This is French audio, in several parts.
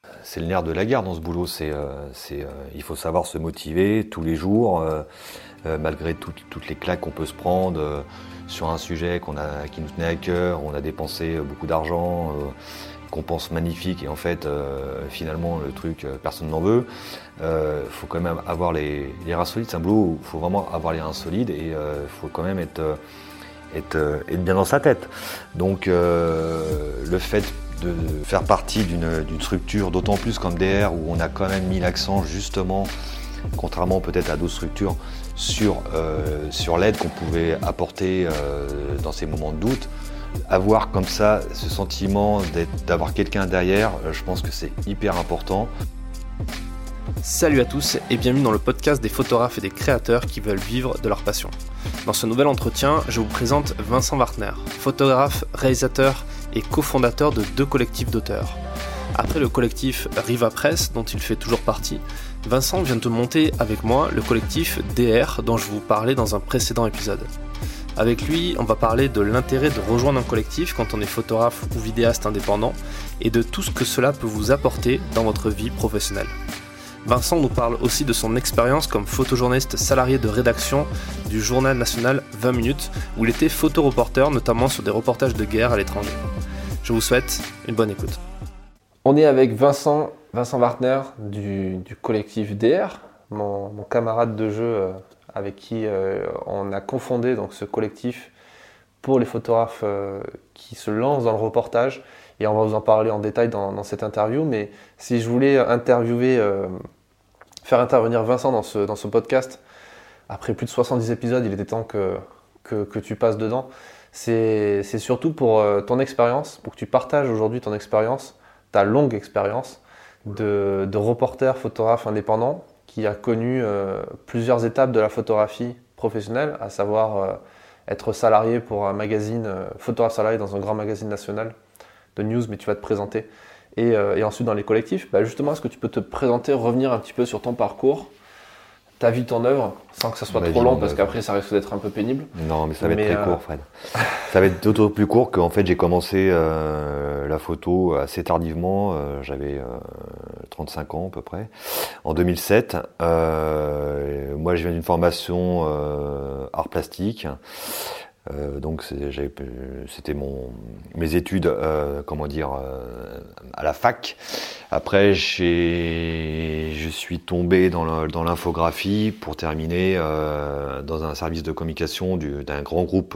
C'est le nerf de la guerre dans ce boulot. Il faut savoir se motiver tous les jours, malgré toutes les claques qu'on peut se prendre sur un sujet qui nous tenait à cœur. On a dépensé beaucoup d'argent, qu'on pense magnifique, et en fait, finalement, le truc, personne n'en veut. Faut quand même avoir les reins solides. C'est un boulot où il faut vraiment avoir les reins solides, et il faut quand même être bien dans sa tête. Donc, le fait de faire partie d'une structure, d'autant plus comme DR, où on a quand même mis l'accent justement, contrairement peut-être à d'autres structures, sur l'aide qu'on pouvait apporter dans ces moments de doute. Avoir comme ça ce sentiment d'avoir quelqu'un derrière, je pense que c'est hyper important. Salut à tous et bienvenue dans le podcast des photographes et des créateurs qui veulent vivre de leur passion. Dans ce nouvel entretien, je vous présente Vincent Wartner, photographe, réalisateur et cofondateur de 2 collectifs d'auteurs. Après le collectif Riva Press, dont il fait toujours partie, Vincent vient de monter avec moi le collectif DR dont je vous parlais dans un précédent épisode. Avec lui, on va parler de l'intérêt de rejoindre un collectif quand on est photographe ou vidéaste indépendant et de tout ce que cela peut vous apporter dans votre vie professionnelle. Vincent nous parle aussi de son expérience comme photojournaliste salarié de rédaction du journal national 20 minutes où il était photoreporter notamment sur des reportages de guerre à l'étranger. Je vous souhaite une bonne écoute. On est avec Vincent Wartner du collectif DR, mon camarade de jeu avec qui on a confondé donc, ce collectif pour les photographes qui se lancent dans le reportage. Et on va vous en parler en détail dans cette interview. Mais si je voulais faire intervenir Vincent dans ce podcast, après plus de 70 épisodes, il était temps que tu passes dedans. C'est surtout pour ton expérience, pour que tu partages aujourd'hui ton expérience, ta longue expérience de reporter, photographe indépendant, qui a connu plusieurs étapes de la photographie professionnelle, à savoir être salarié pour un magazine, photographe salarié dans un grand magazine national de news, mais tu vas te présenter. Et ensuite dans les collectifs, justement, est-ce que tu peux te présenter, revenir un petit peu sur ton parcours, ta vie, ton œuvre, sans que ça soit trop long, parce qu'après ça risque d'être un peu pénible. Non, mais ça va être très court, Fred. Ça va être d'autant plus court qu'en fait j'ai commencé la photo assez tardivement, j'avais 35 ans à peu près, en 2007. Moi je viens d'une formation art plastique. Donc c'était mes études à la fac. Après je suis tombé dans l'infographie pour terminer dans un service de communication d'un grand groupe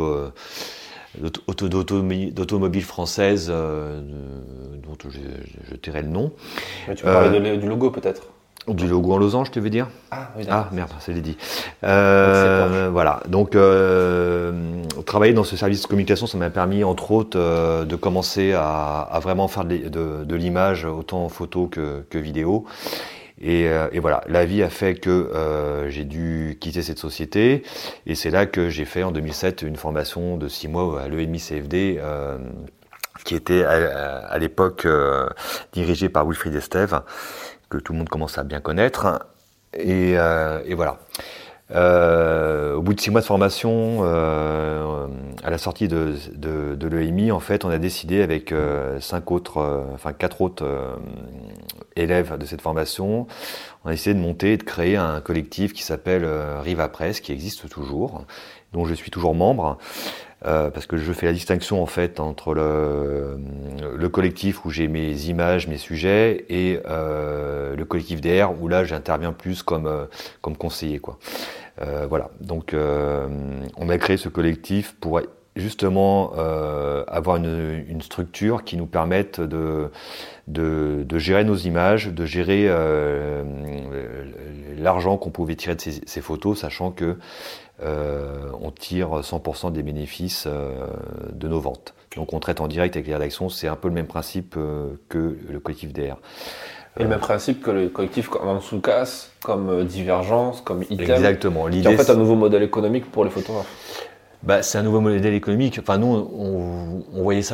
d'automobile française dont je tairai le nom. Mais tu peux parler du logo peut-être. Du logo en losange, tu veux dire ? Ah oui, d'accord. Ah merde, ça l'ai dit. Voilà. Donc, travailler dans ce service de communication, ça m'a permis, entre autres, de commencer à vraiment faire de l'image, autant photo que vidéo. Et voilà, la vie a fait que j'ai dû quitter cette société. Et c'est là que j'ai fait, en 2007, une formation de 6 mois à l'EMI CFD, qui était à l'époque dirigée par Wilfried Estève, que tout le monde commence à bien connaître, et voilà. Au bout de 6 mois de formation, à la sortie de l'EMI, en fait, on a décidé avec 4 autres élèves de cette formation, on a essayé de monter et de créer un collectif qui s'appelle Riva Press, qui existe toujours, dont je suis toujours membre. Parce que je fais la distinction en fait entre le collectif où j'ai mes images, mes sujets, et le collectif DR où là j'interviens plus comme conseiller, quoi. Voilà. Donc on a créé ce collectif pour justement avoir une structure qui nous permette de gérer nos images, de gérer l'argent qu'on pouvait tirer de ces photos, sachant que on tire 100% des bénéfices de nos ventes. Donc on traite en direct avec les rédactions, c'est un peu le même principe que le collectif DR. Et le même principe que le collectif comme Ansoukas, comme Divergence, comme Item. Exactement. L'idée, c'est en fait un nouveau modèle économique pour les photographes. C'est un nouveau modèle économique. Enfin, nous, on voyait ça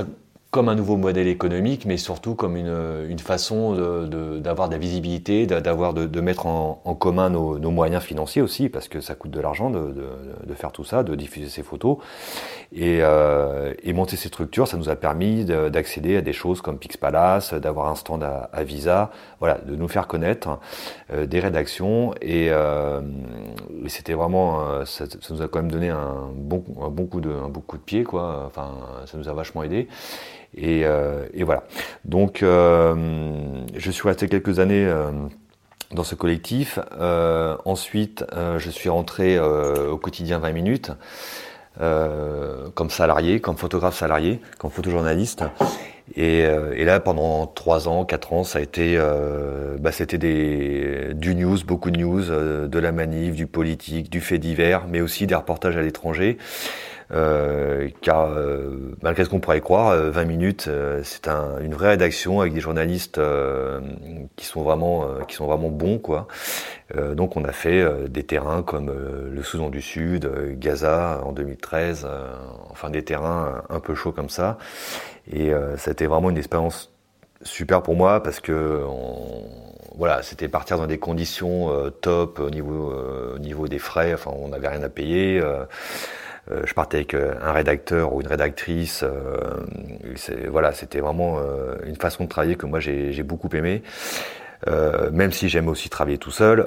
comme un nouveau modèle économique, mais surtout comme une façon d'avoir de la visibilité, de mettre en commun nos moyens financiers aussi, parce que ça coûte de l'argent de faire tout ça, de diffuser ces photos. Et monter ces structures, ça nous a permis d'accéder à des choses comme Pixpalace, d'avoir un stand à Visa, voilà, de nous faire connaître, des rédactions. Et c'était vraiment, ça nous a quand même donné un bon coup de pied, quoi. Enfin, ça nous a vachement aidé. Et voilà. Donc, je suis resté quelques années dans ce collectif. Ensuite, je suis rentré au quotidien 20 minutes comme salarié, comme photographe salarié, comme photojournaliste. Et là, pendant 3 ans, 4 ans, ça a été, c'était du news, beaucoup de news, de la manif, du politique, du fait divers, mais aussi des reportages à l'étranger. Car malgré ce qu'on pourrait croire, 20 minutes, c'est une vraie rédaction avec des journalistes qui sont vraiment bons, quoi. Donc on a fait des terrains comme le Soudan du Sud, Gaza en 2013, enfin des terrains un peu chauds comme ça. Et ça a été vraiment une expérience super pour moi parce que voilà, c'était partir dans des conditions top au niveau des frais. Enfin, on n'avait rien à payer. Je partais avec un rédacteur ou une rédactrice. Voilà, c'était vraiment une façon de travailler que moi j'ai beaucoup aimé. Même si j'aime aussi travailler tout seul,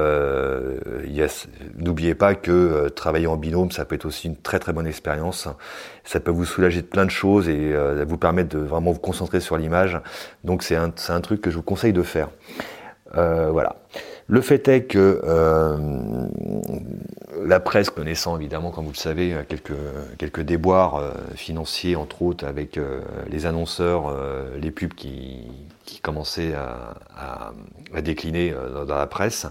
n'oubliez pas que travailler en binôme, ça peut être aussi une très très bonne expérience. Ça peut vous soulager de plein de choses et vous permettre de vraiment vous concentrer sur l'image. Donc c'est un truc que je vous conseille de faire. Voilà. Le fait est que la presse, connaissant évidemment, comme vous le savez, quelques déboires financiers, entre autres, avec les annonceurs, les pubs qui commençaient à décliner dans la presse.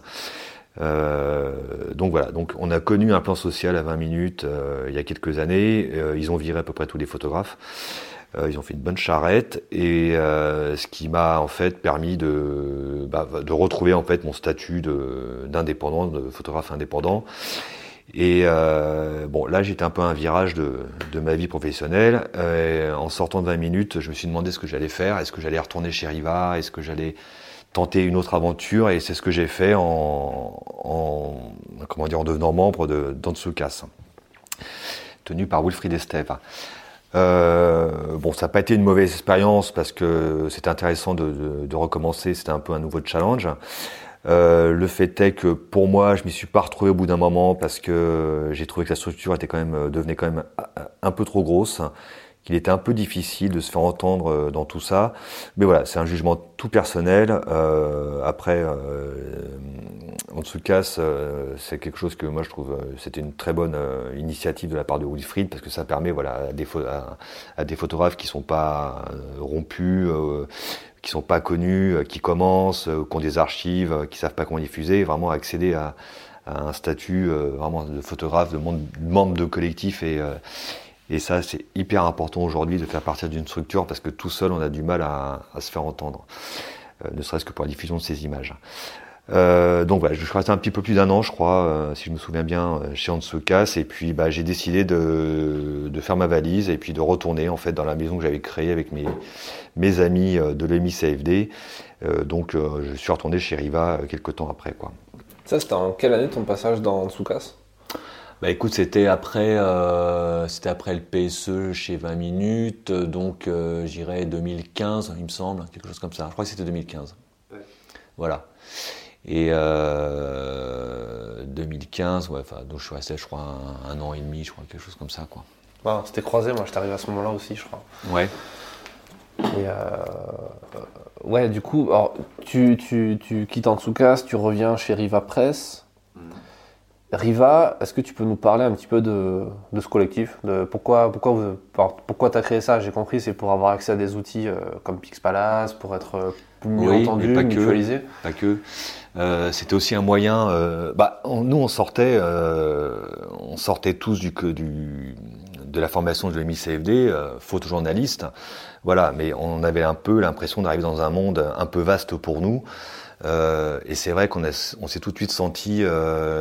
Donc voilà, donc on a connu un plan social à 20 minutes il y a quelques années. Ils ont viré à peu près tous les photographes. Ils ont fait une bonne charrette et ce qui m'a en fait permis de retrouver en fait mon statut d'indépendant, de photographe indépendant. Et bon, là j'étais un peu à un virage de ma vie professionnelle. En sortant de 20 minutes, je me suis demandé ce que j'allais faire. Est-ce que j'allais retourner chez Riva? Est-ce que j'allais tenter une autre aventure? Et c'est ce que j'ai fait en devenant membre d'Antsukas, tenu par Wilfried Estève. Bon, ça n'a pas été une mauvaise expérience parce que c'était intéressant de recommencer, c'était un peu un nouveau challenge. Le fait est que pour moi, je m'y suis pas retrouvé au bout d'un moment parce que j'ai trouvé que la structure devenait quand même un peu trop grosse, qu'il était un peu difficile de se faire entendre dans tout ça. Mais voilà, c'est un jugement tout personnel. Après, Antsukas, c'est quelque chose que moi je trouve c'était une très bonne initiative de la part de Wilfried parce que ça permet voilà à des photographes qui sont pas rompus, qui sont pas connus, qui commencent, qui ont des archives, qui savent pas comment diffuser, vraiment accéder à un statut vraiment de photographe, de membre de collectif et ça c'est hyper important aujourd'hui de faire partie d'une structure parce que tout seul on a du mal à se faire entendre, ne serait-ce que pour la diffusion de ces images. Donc voilà, je suis resté un petit peu plus d'1 an, je crois, si je me souviens bien, chez Antsukas, et puis j'ai décidé de faire ma valise et puis de retourner en fait dans la maison que j'avais créée avec mes amis de l'EMI CFD. Donc je suis retourné chez Riva quelques temps après, quoi. Ça, c'était en quelle année ton passage dans Antsukas? Écoute, c'était après le PSE chez 20 minutes, donc j'irais 2015, il me semble, quelque chose comme ça. Je crois que c'était 2015. Ouais. Voilà. Et 2015, ouais, donc je suis resté, je crois, un an et demi, je crois, quelque chose comme ça, quoi. Ah, c'était croisé, moi, j'étais arrivé à ce moment-là aussi, je crois. Ouais. Et ouais, du coup, alors, tu quittes Antsukas, tu reviens chez Riva Press. Riva, est-ce que tu peux nous parler un petit peu de ce collectif, de pourquoi tu as créé ça? J'ai compris, c'est pour avoir accès à des outils comme Pixpalace, pour être mieux entendu, mutualisé. Pas que. C'était aussi un moyen. Nous, on sortait tous de la formation de l'EMI CFD, photojournaliste. Voilà, mais on avait un peu l'impression d'arriver dans un monde un peu vaste pour nous. Et c'est vrai qu'on s'est tout de suite senti,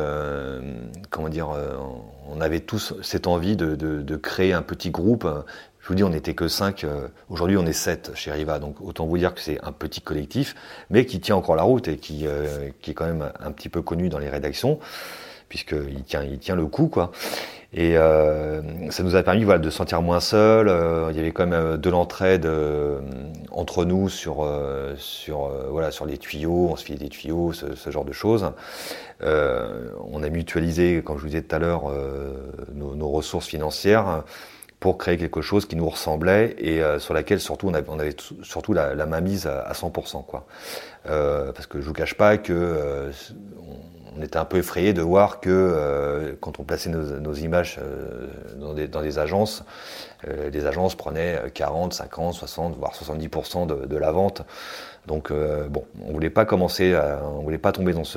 on avait tous cette envie de créer un petit groupe Je vous dis, on n'était que 5. Aujourd'hui, on est 7 chez Riva. Donc, autant vous dire que c'est un petit collectif, mais qui tient encore la route et qui est quand même un petit peu connu dans les rédactions, puisqu'il tient le coup, quoi. Et ça nous a permis de se sentir moins seul. Il y avait quand même de l'entraide entre nous sur les tuyaux. On se filait des tuyaux, ce genre de choses. On a mutualisé, comme je vous disais tout à l'heure, nos ressources financières pour créer quelque chose qui nous ressemblait et sur laquelle surtout on avait surtout la mainmise à 100%, quoi. Parce que je vous cache pas que on était un peu effrayé de voir que quand on plaçait nos images dans des agences, les agences prenaient 40, 50, 60, voire 70% de la vente. Donc on voulait pas tomber dans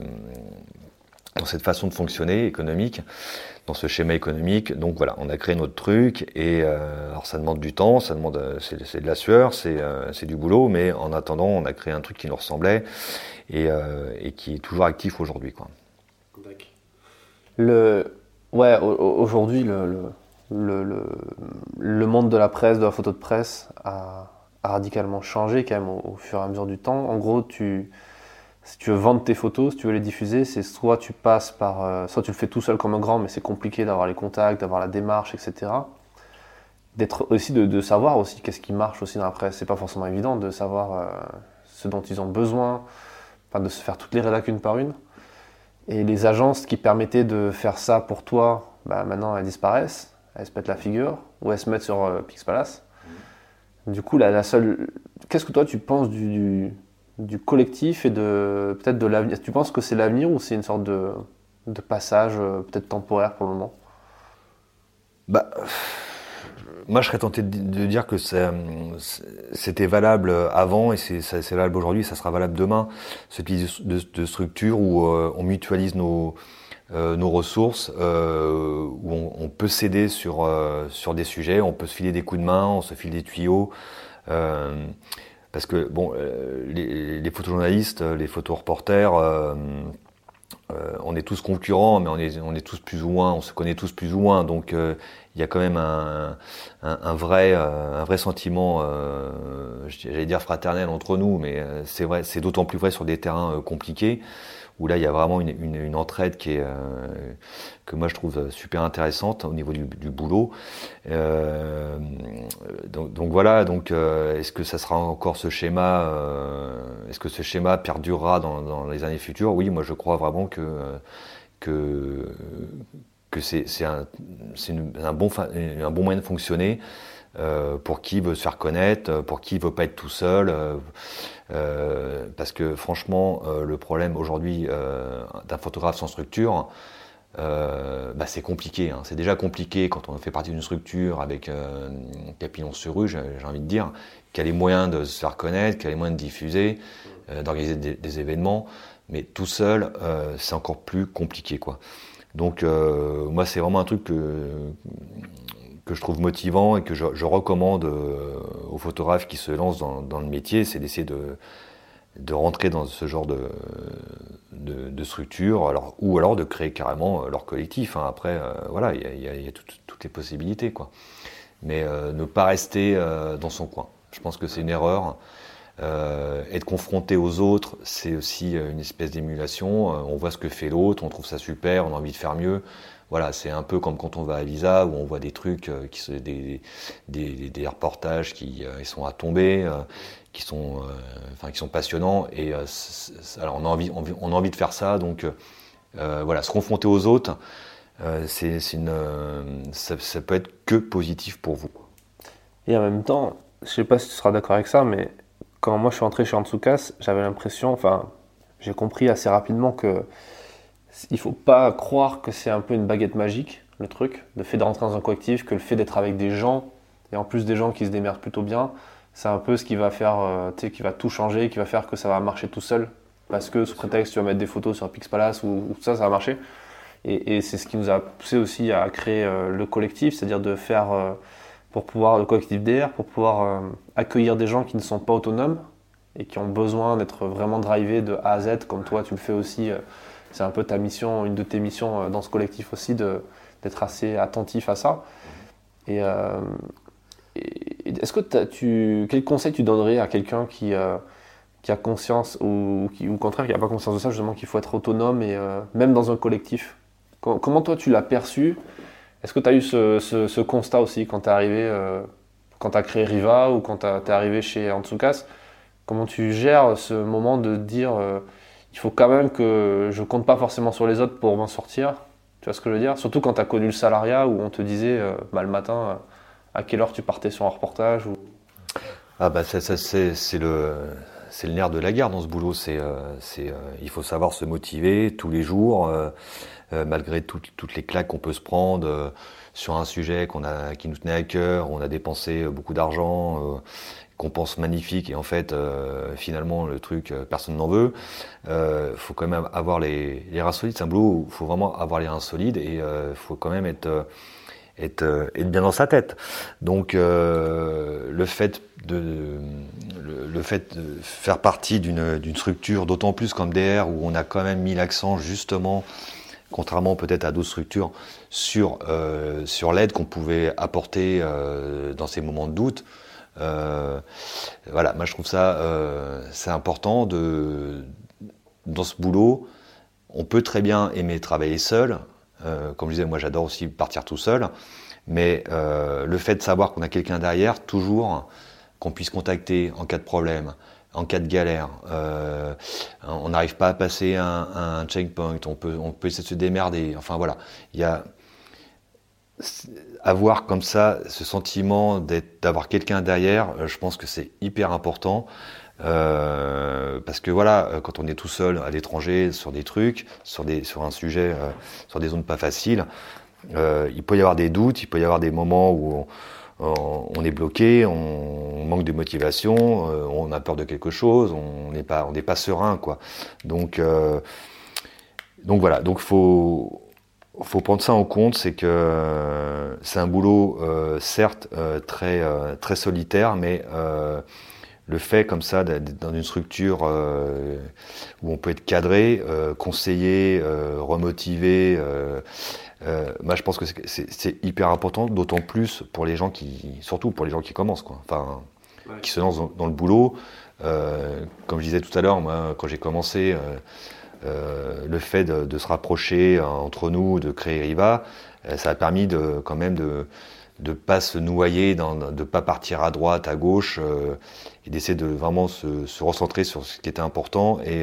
cette façon de fonctionner économique, dans ce schéma économique. Donc voilà, on a créé notre truc et alors ça demande du temps, c'est de la sueur, c'est du boulot, mais en attendant, on a créé un truc qui nous ressemblait et qui est toujours actif aujourd'hui, quoi. Aujourd'hui, le monde de la presse, de la photo de presse a radicalement changé quand même au fur et à mesure du temps. En gros, si tu veux vendre tes photos, si tu veux les diffuser, c'est soit tu passes soit tu le fais tout seul comme un grand, mais c'est compliqué d'avoir les contacts, d'avoir la démarche, etc. D'être aussi de savoir aussi qu'est-ce qui marche aussi dans la presse. C'est pas forcément évident de savoir ce dont ils ont besoin, enfin de se faire toutes les rédacs une par une. Et les agences qui permettaient de faire ça pour toi, maintenant elles disparaissent, elles se pètent la figure, ou elles se mettent sur Pixpalace. Du coup, qu'est-ce que toi tu penses du collectif et peut-être de l'avenir? Tu penses que c'est l'avenir ou c'est une sorte de passage peut-être temporaire pour le moment? Moi, je serais tenté de dire que c'était valable avant et c'est valable aujourd'hui, ça sera valable demain. Ce type de structure où on mutualise nos ressources, où on peut s'aider sur des sujets, on peut se filer des coups de main, on se file des tuyaux. Parce que les photojournalistes, les photoreporters, on est tous concurrents, mais on est tous plus ou moins, on se connaît tous plus ou moins. Donc il y a quand même un vrai sentiment, j'allais dire fraternel entre nous, mais c'est vrai, c'est d'autant plus vrai sur des terrains compliqués où là il y a vraiment une entraide qui est que moi je trouve super intéressante au niveau du boulot. Donc voilà, est-ce que ça sera encore ce schéma, est-ce que ce schéma perdurera dans les années futures? Oui, moi je crois vraiment que c'est un bon moyen de fonctionner pour qui veut se faire connaître, pour qui veut pas être tout seul, parce que franchement le problème aujourd'hui d'un photographe sans structure, c'est compliqué, hein. C'est déjà compliqué quand on fait partie d'une structure avec Capillon sur rue, j'ai envie de dire, qui a les moyens de se faire connaître, qui a les moyens de diffuser, d'organiser des événements, mais tout seul c'est encore plus compliqué, quoi. Donc moi c'est vraiment un truc que je trouve motivant et que je recommande aux photographes qui se lancent dans le métier, c'est d'essayer de rentrer dans ce genre de structure, ou alors de créer carrément leur collectif, hein. Après voilà, il y a toutes les possibilités, quoi. Mais ne pas rester dans son coin, je pense que c'est une erreur. Être confronté aux autres, c'est aussi une espèce d'émulation. On voit ce que fait l'autre, on trouve ça super, on a envie de faire mieux. Voilà, c'est un peu comme quand on va à Visa où on voit des trucs des reportages qui sont à tomber, qui sont passionnants. Et alors on a envie de faire ça. Donc voilà, se confronter aux autres, ça peut être que positif pour vous. Et en même temps, je sais pas si tu seras d'accord avec ça, mais quand moi je suis entré chez Antsukas, j'avais l'impression, j'ai compris assez rapidement que il faut pas croire que c'est un peu une baguette magique, le truc, le fait de rentrer dans un collectif, que le fait d'être avec des gens, et en plus des gens qui se démerdent plutôt bien, c'est un peu ce qui va faire, qui va tout changer, qui va faire que ça va marcher tout seul, parce que sous prétexte tu vas mettre des photos sur Pixpalace ou ça va marcher. Et c'est ce qui nous a poussé aussi à créer le collectif, c'est-à-dire de faire... pour pouvoir, le collectif DR, pour pouvoir accueillir des gens qui ne sont pas autonomes et qui ont besoin d'être vraiment drivés de A à Z, comme toi tu le fais aussi. C'est un peu ta mission, une de tes missions dans ce collectif aussi, d'être assez attentif à ça. Et est-ce que quel conseil tu donnerais à quelqu'un qui a conscience ou au contraire qui n'a pas conscience de ça, justement, qu'il faut être autonome et même dans un collectif? Comment toi tu l'as perçu? Est-ce que tu as eu ce constat aussi quand tu es arrivé, quand tu as créé Riva ou quand tu es arrivé chez Antsukas? Comment tu gères ce moment de dire il faut quand même que je compte pas forcément sur les autres pour m'en sortir? Tu vois ce que je veux dire? Surtout quand tu as connu le salariat où on te disait le matin à quelle heure tu partais sur un reportage ou... Ah bah ça c'est le nerf de la guerre dans ce boulot. Il faut savoir se motiver tous les jours, malgré toutes les claques qu'on peut se prendre sur un sujet qui nous tenait à cœur. On a dépensé beaucoup d'argent, qu'on pense magnifique, et en fait, finalement, le truc, personne n'en veut. Faut quand même avoir les reins solides. C'est un boulot où il faut vraiment avoir les reins solides, et faut quand même être bien dans sa tête. Donc le fait de faire partie d'une structure, d'autant plus comme DR, où on a quand même mis l'accent justement, contrairement peut-être à d'autres structures, sur l'aide qu'on pouvait apporter dans ces moments de doute. Voilà, moi je trouve ça c'est important dans ce boulot. On peut très bien aimer travailler seul. Comme je disais, moi j'adore aussi partir tout seul, mais le fait de savoir qu'on a quelqu'un derrière, toujours, qu'on puisse contacter en cas de problème, en cas de galère, on n'arrive pas à passer un checkpoint, on peut essayer de se démerder, enfin voilà, il y a avoir comme ça ce sentiment d'avoir quelqu'un derrière, je pense que c'est hyper important. Parce que voilà, quand on est tout seul à l'étranger sur des trucs, sur un sujet, sur des zones pas faciles, il peut y avoir des doutes, il peut y avoir des moments où on est bloqué, on manque de motivation, on a peur de quelque chose, on n'est pas serein, quoi. Donc voilà, donc faut prendre ça en compte, c'est que c'est un boulot certes très solitaire, mais le fait comme ça d'être dans une structure où on peut être cadré, conseillé, remotivé, moi je pense que c'est hyper important, d'autant plus pour les gens surtout pour les gens qui commencent, quoi. Enfin, ouais, qui se lancent dans le boulot. Comme je disais tout à l'heure, moi quand j'ai commencé, le fait de se rapprocher entre nous, de créer Riva, ça a permis quand même de pas se noyer, de pas partir à droite, à gauche, et d'essayer de vraiment se recentrer sur ce qui était important et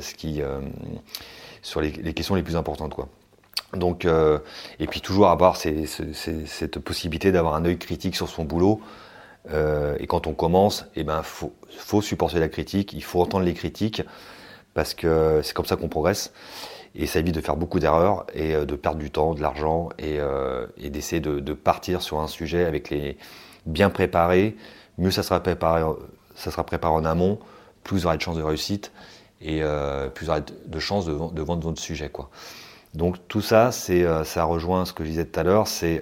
sur les questions les plus importantes, quoi. Donc, et puis toujours avoir cette possibilité d'avoir un œil critique sur son boulot. Et quand on commence, faut supporter la critique, il faut entendre les critiques, parce que c'est comme ça qu'on progresse. Et ça évite de faire beaucoup d'erreurs et de perdre du temps, de l'argent, et d'essayer de partir sur un sujet avec bien préparé. Mieux ça sera préparé en amont, plus vous aurez de chances de réussite et plus vous aurez de chances de vendre votre sujet, quoi. Donc tout ça, ça rejoint ce que je disais tout à l'heure, c'est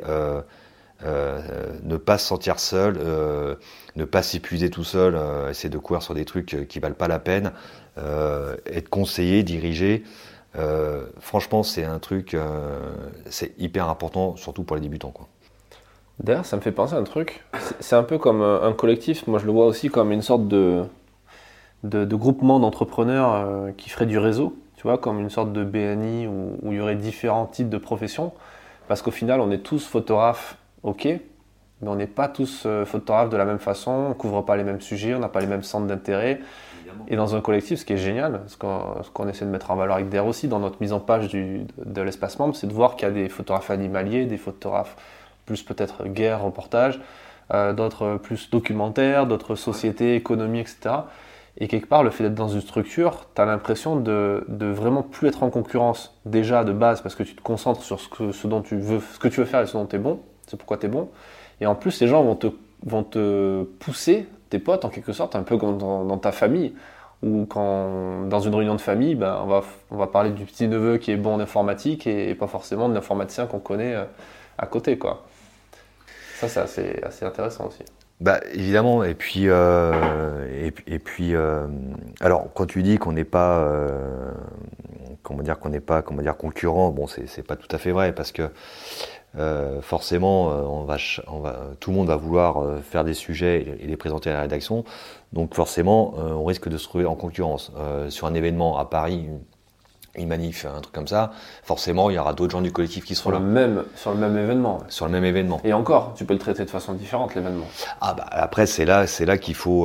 ne pas se sentir seul, ne pas s'épuiser tout seul, essayer de courir sur des trucs qui valent pas la peine, être conseillé, dirigé. Franchement, c'est un truc, c'est hyper important, surtout pour les débutants, quoi. D'ailleurs, ça me fait penser à un truc. C'est un peu comme un collectif. Moi, je le vois aussi comme une sorte de groupement d'entrepreneurs qui ferait du réseau. Tu vois, comme une sorte de BNI où il y aurait différents types de professions. Parce qu'au final, on est tous photographes, ok, mais on n'est pas tous photographes de la même façon. On ne couvre pas les mêmes sujets, on n'a pas les mêmes centres d'intérêt. Et dans un collectif, ce qui est génial, ce qu'on essaie de mettre en valeur avec DER aussi, dans notre mise en page de l'espace membre, c'est de voir qu'il y a des photographes animaliers, des photographes plus peut-être guerre, reportage, d'autres plus documentaires, d'autres sociétés, économie, etc. Et quelque part, le fait d'être dans une structure, tu as l'impression de vraiment plus être en concurrence déjà de base, parce que tu te concentres sur ce que tu veux faire et ce dont tu es bon, c'est pourquoi tu es bon. Et en plus, les gens vont te pousser, tes potes en quelque sorte, un peu comme dans ta famille, ou quand dans une réunion de famille, on va parler du petit neveu qui est bon en informatique et pas forcément de l'informaticien qu'on connaît à côté, quoi. Ça, c'est assez intéressant aussi. Bah évidemment, et puis alors quand tu dis qu'on qu'on n'est pas concurrent. Bon, c'est pas tout à fait vrai parce que forcément, tout le monde va vouloir faire des sujets et les présenter à la rédaction. Donc forcément, on risque de se trouver en concurrence. Sur un événement à Paris, une manif, un truc comme ça, forcément, il y aura d'autres gens du collectif qui seront là. Sur le même événement. Sur le même événement. Et encore, tu peux le traiter de façon différente, l'événement. Après, c'est là qu'il faut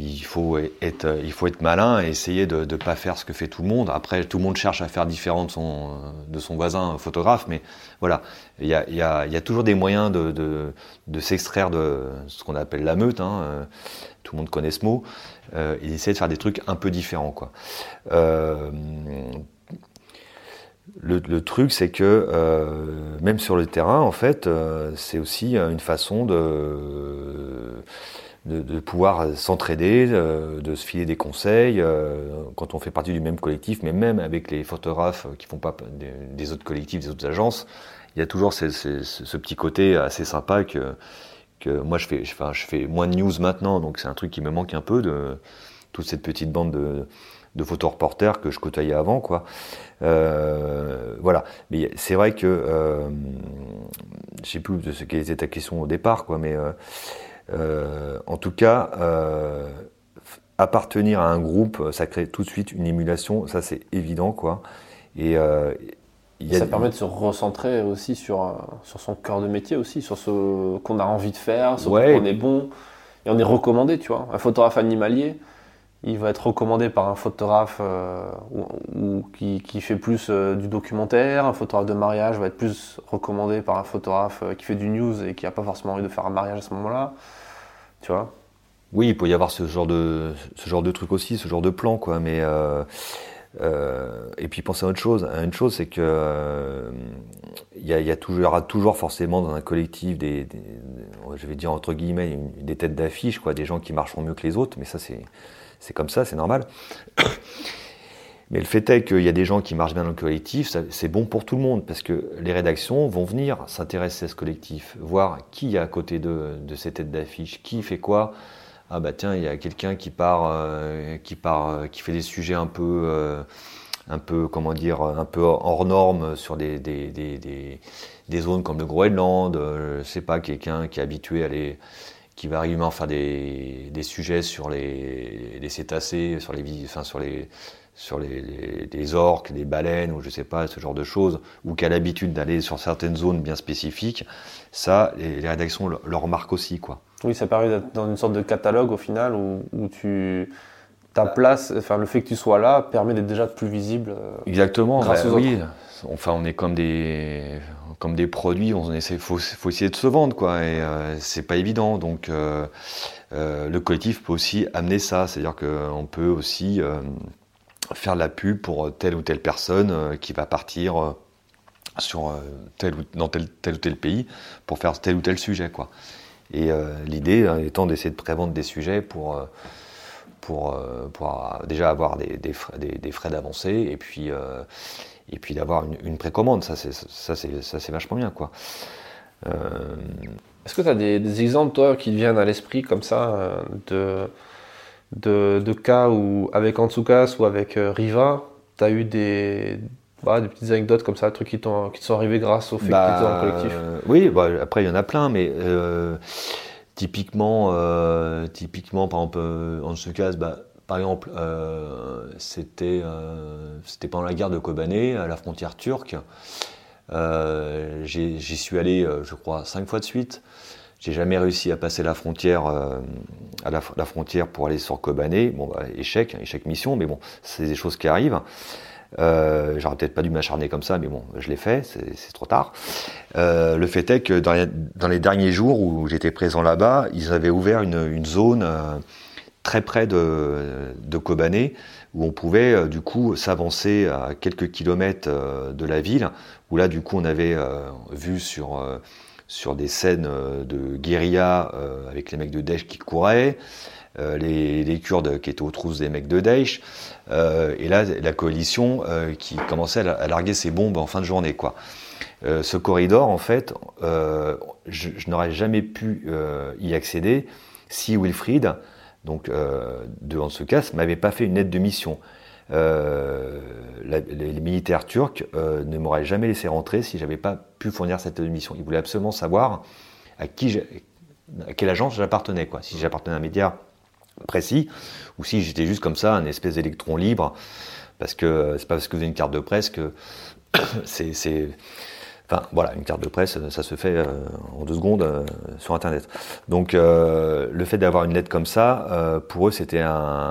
être malin et essayer de pas faire ce que fait tout le monde. Après, tout le monde cherche à faire différent de son voisin photographe, mais voilà, il y a toujours des moyens de s'extraire de ce qu'on appelle la meute. Tout le monde connaît ce mot. Et essayer de faire des trucs un peu différents, quoi. Le truc, c'est que même sur le terrain, en fait, c'est aussi une façon de pouvoir s'entraider, de se filer des conseils quand on fait partie du même collectif, mais même avec les photographes qui font pas des autres collectifs, des autres agences, il y a toujours ce petit côté assez sympa que moi je fais moins de news maintenant, donc c'est un truc qui me manque un peu de toute cette petite bande de photoreporters que je côtoyais avant, quoi. Voilà. Mais c'est vrai que je sais plus de ce quelle était ta question au départ, quoi. Mais en tout cas, appartenir à un groupe, ça crée tout de suite une émulation. Ça, c'est évident, quoi. Et ça permet de se recentrer aussi sur son cœur de métier aussi, sur ce qu'on a envie de faire, sur ce qu'on est bon. Et on est recommandé, tu vois. Un photographe animalier, il va être recommandé par un photographe qui fait plus du documentaire. Un photographe de mariage va être plus recommandé par un photographe qui fait du news et qui n'a pas forcément envie de faire un mariage à ce moment-là. Tu vois ? Oui, il peut y avoir ce genre de truc aussi, ce genre de plan, quoi. Mais et puis penser à autre chose. Une chose, c'est que il y aura toujours forcément dans un collectif je vais dire entre guillemets, des têtes d'affiche, quoi, des gens qui marcheront mieux que les autres. Mais ça, c'est comme ça, c'est normal. Mais le fait est qu'il y a des gens qui marchent bien dans le collectif, c'est bon pour tout le monde, parce que les rédactions vont venir s'intéresser à ce collectif, voir qui il y a à côté de ces têtes d'affiche, qui fait quoi. Ah bah tiens, il y a quelqu'un qui fait des sujets un peu comment dire, un peu hors normes sur des zones comme le Groenland. Je sais pas, quelqu'un qui est habitué qui va régulièrement faire des sujets sur les cétacés, sur les orques, les baleines, ou je sais pas, ce genre de choses, ou qui a l'habitude d'aller sur certaines zones bien spécifiques. Ça, les rédactions le remarquent aussi, quoi. Oui, ça permet d'être dans une sorte de catalogue au final où ta place, enfin le fait que tu sois là permet d'être déjà plus visible. Exactement. Grâce aux oui. autres. Enfin, on est comme des produits. Faut essayer de se vendre, quoi. Et c'est pas évident. Donc, le collectif peut aussi amener ça. C'est-à-dire qu'on peut aussi faire de la pub pour telle ou telle personne qui va partir sur dans tel ou tel pays pour faire tel ou tel sujet, quoi. Et l'idée étant d'essayer de prévendre des sujets pour déjà avoir des frais d'avancée et puis d'avoir une précommande. Ça c'est vachement bien, quoi. Est-ce que tu as des exemples, toi, qui te viennent à l'esprit comme ça de cas où avec Antsukas ou avec Riva, tu as eu des petites anecdotes comme ça, des trucs qui te sont arrivés grâce au fait que tu étais dans le collectif? Oui, après il y en a plein, mais typiquement par exemple Antsukas, par exemple c'était pendant la guerre de Kobané à la frontière turque. J'y suis allé, je crois, 5 fois de suite. J'ai jamais réussi à passer la frontière, la frontière pour aller sur Kobané. Bon, échec mission, mais bon, c'est des choses qui arrivent. J'aurais peut-être pas dû m'acharner comme ça, mais bon, je l'ai fait, c'est trop tard. Le fait est que dans les derniers jours où j'étais présent là-bas, ils avaient ouvert une zone très près de Kobané, où on pouvait du coup s'avancer à quelques kilomètres de la ville, où là du coup on avait vu sur des scènes de guérilla avec les mecs de Daesh qui couraient, les Kurdes qui étaient aux trousses des mecs de Daesh, et là la coalition qui commençait à larguer ses bombes en fin de journée, quoi. Ce corridor, en fait, je n'aurais jamais pu y accéder si Wilfried, donc de Antsukas, m'avait pas fait une aide de mission. les militaires turcs ne m'auraient jamais laissé rentrer si j'avais pas pu fournir cette lettre de mission. Ils voulaient absolument savoir à quelle agence j'appartenais, quoi. Si j'appartenais à un média précis ou si j'étais juste comme ça, un espèce d'électron libre, parce que c'est pas parce que vous avez une carte de presse que Enfin, voilà, une carte de presse, ça se fait en 2 secondes sur Internet. Donc, le fait d'avoir une lettre comme ça, pour eux, c'était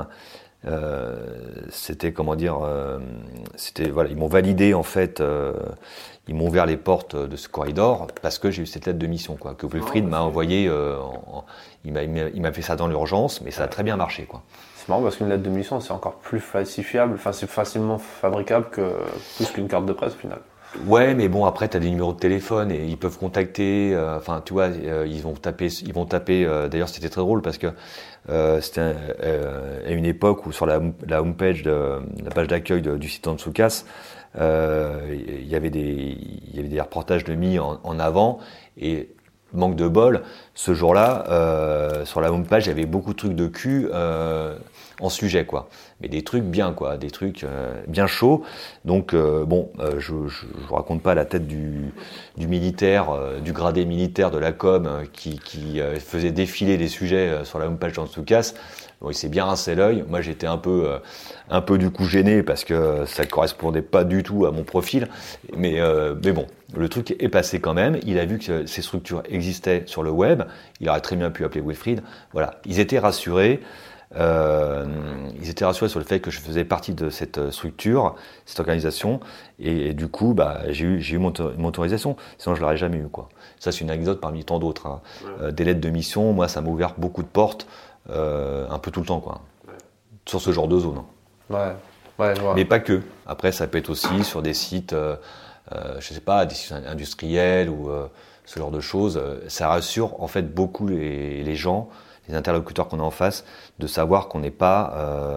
voilà, ils m'ont validé en fait, ils m'ont ouvert les portes de ce corridor parce que j'ai eu cette lettre de mission, quoi, que Wilfried m'a envoyée. Il m'a fait ça dans l'urgence, mais ça a très bien marché, quoi. C'est marrant parce qu'une lettre de mission, c'est encore plus falsifiable, enfin, c'est facilement fabricable plus qu'une carte de presse au final. Ouais, mais bon, après, tu as des numéros de téléphone et ils peuvent contacter. Enfin, tu vois, ils vont taper. D'ailleurs, c'était très drôle parce que c'était à une époque où sur la homepage, la page d'accueil du site Ansoukas, il y avait des reportages de mis en avant et manque de bol, ce jour-là, sur la homepage, il y avait beaucoup de trucs de cul en sujet, quoi. Mais des trucs bien, quoi, des trucs bien chauds. Donc, je vous raconte pas la tête du militaire, du gradé militaire de la com qui faisait défiler des sujets sur la homepage d'Ansoukas. Bon, il s'est bien rincé l'œil. Moi, j'étais un peu du coup gêné parce que ça ne correspondait pas du tout à mon profil. Mais bon, le truc est passé quand même. Il a vu que ces structures existaient sur le web. Il aurait très bien pu appeler Wilfried. Voilà, ils étaient rassurés. Sur le fait que je faisais partie de cette structure, cette organisation, et du coup, j'ai eu mon autorisation. Sinon, je l'aurais jamais eu, quoi. Ça, c'est une anecdote parmi tant d'autres. Hein. Ouais. Des lettres de mission, moi, ça m'a ouvert beaucoup de portes. Un peu tout le temps, quoi. Ouais. Sur ce genre de zone. Ouais, je vois. Mais pas que. Après, ça peut être aussi sur des sites, je sais pas, des sites industriels ou ce genre de choses. Ça rassure en fait beaucoup les gens, les interlocuteurs qu'on a en face, de savoir qu'on n'est pas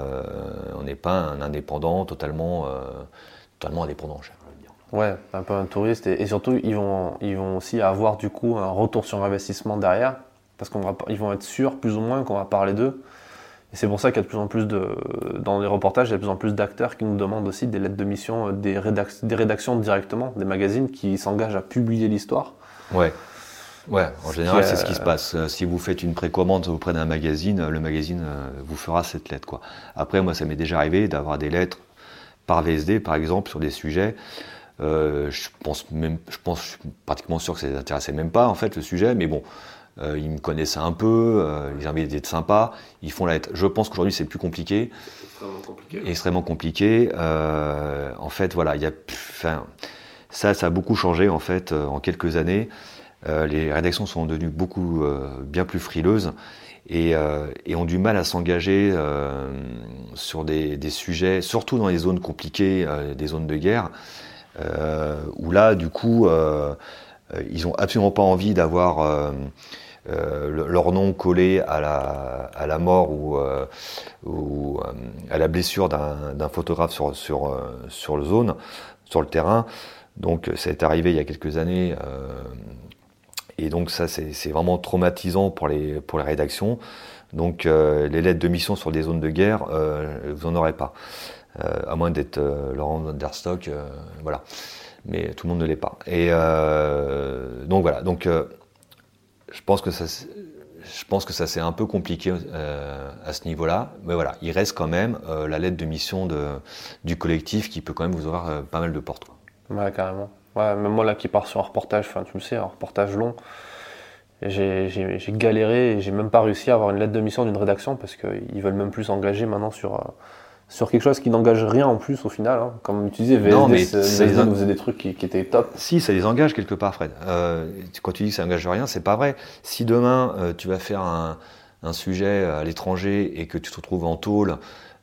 un indépendant totalement indépendant. Ouais, un peu un touriste et surtout ils vont aussi avoir du coup un retour sur investissement derrière. Parce qu'ils vont être sûrs, plus ou moins, qu'on va parler d'eux. Et c'est pour ça qu'il y a de plus en plus dans les reportages, il y a de plus en plus d'acteurs qui nous demandent aussi des lettres de mission, des rédactions directement, des magazines qui s'engagent à publier l'histoire. Ouais, en général, c'est ce qui se passe. Si vous faites une précommande auprès d'un magazine, le magazine vous fera cette lettre, quoi. Après, moi, ça m'est déjà arrivé d'avoir des lettres par VSD, par exemple, sur des sujets. Je pense, je suis pratiquement sûr que ça les intéressait même pas, en fait, le sujet, mais bon. Ils me connaissaient un peu, ils avaient des sympas, ils font la lettre. Je pense qu'aujourd'hui c'est plus compliqué. Extrêmement compliqué. En fait, voilà, ça a beaucoup changé en fait en quelques années. Les rédactions sont devenues bien plus frileuses et ont du mal à s'engager sur des sujets, surtout dans les zones compliquées, des zones de guerre, où là, du coup, ils ont absolument pas envie d'avoir leur nom collé à la mort ou à la blessure d'un photographe sur le zone, sur le terrain. Donc ça est arrivé il y a quelques années et donc ça c'est vraiment traumatisant pour les rédactions. Donc les lettres de mission sur des zones de guerre, vous en aurez pas, à moins d'être Laurent van der Stock, voilà. Mais tout le monde ne l'est pas. Et donc voilà. Donc je pense que ça c'est un peu compliqué à ce niveau-là. Mais voilà, il reste quand même la lettre de mission du collectif qui peut quand même vous ouvrir pas mal de portes, quoi. Ouais, carrément. Ouais, même moi là qui pars sur un reportage, enfin tu le sais, un reportage long, j'ai galéré et j'ai même pas réussi à avoir une lettre de mission d'une rédaction parce qu'ils veulent même plus s'engager maintenant sur quelque chose qui n'engage rien en plus au final, hein. Comme tu disais, VSD nous faisait des trucs qui étaient top. Si, ça les engage quelque part, Fred. Quand tu dis que ça n'engage rien, c'est pas vrai. Si demain tu vas faire un sujet à l'étranger et que tu te retrouves en tôle,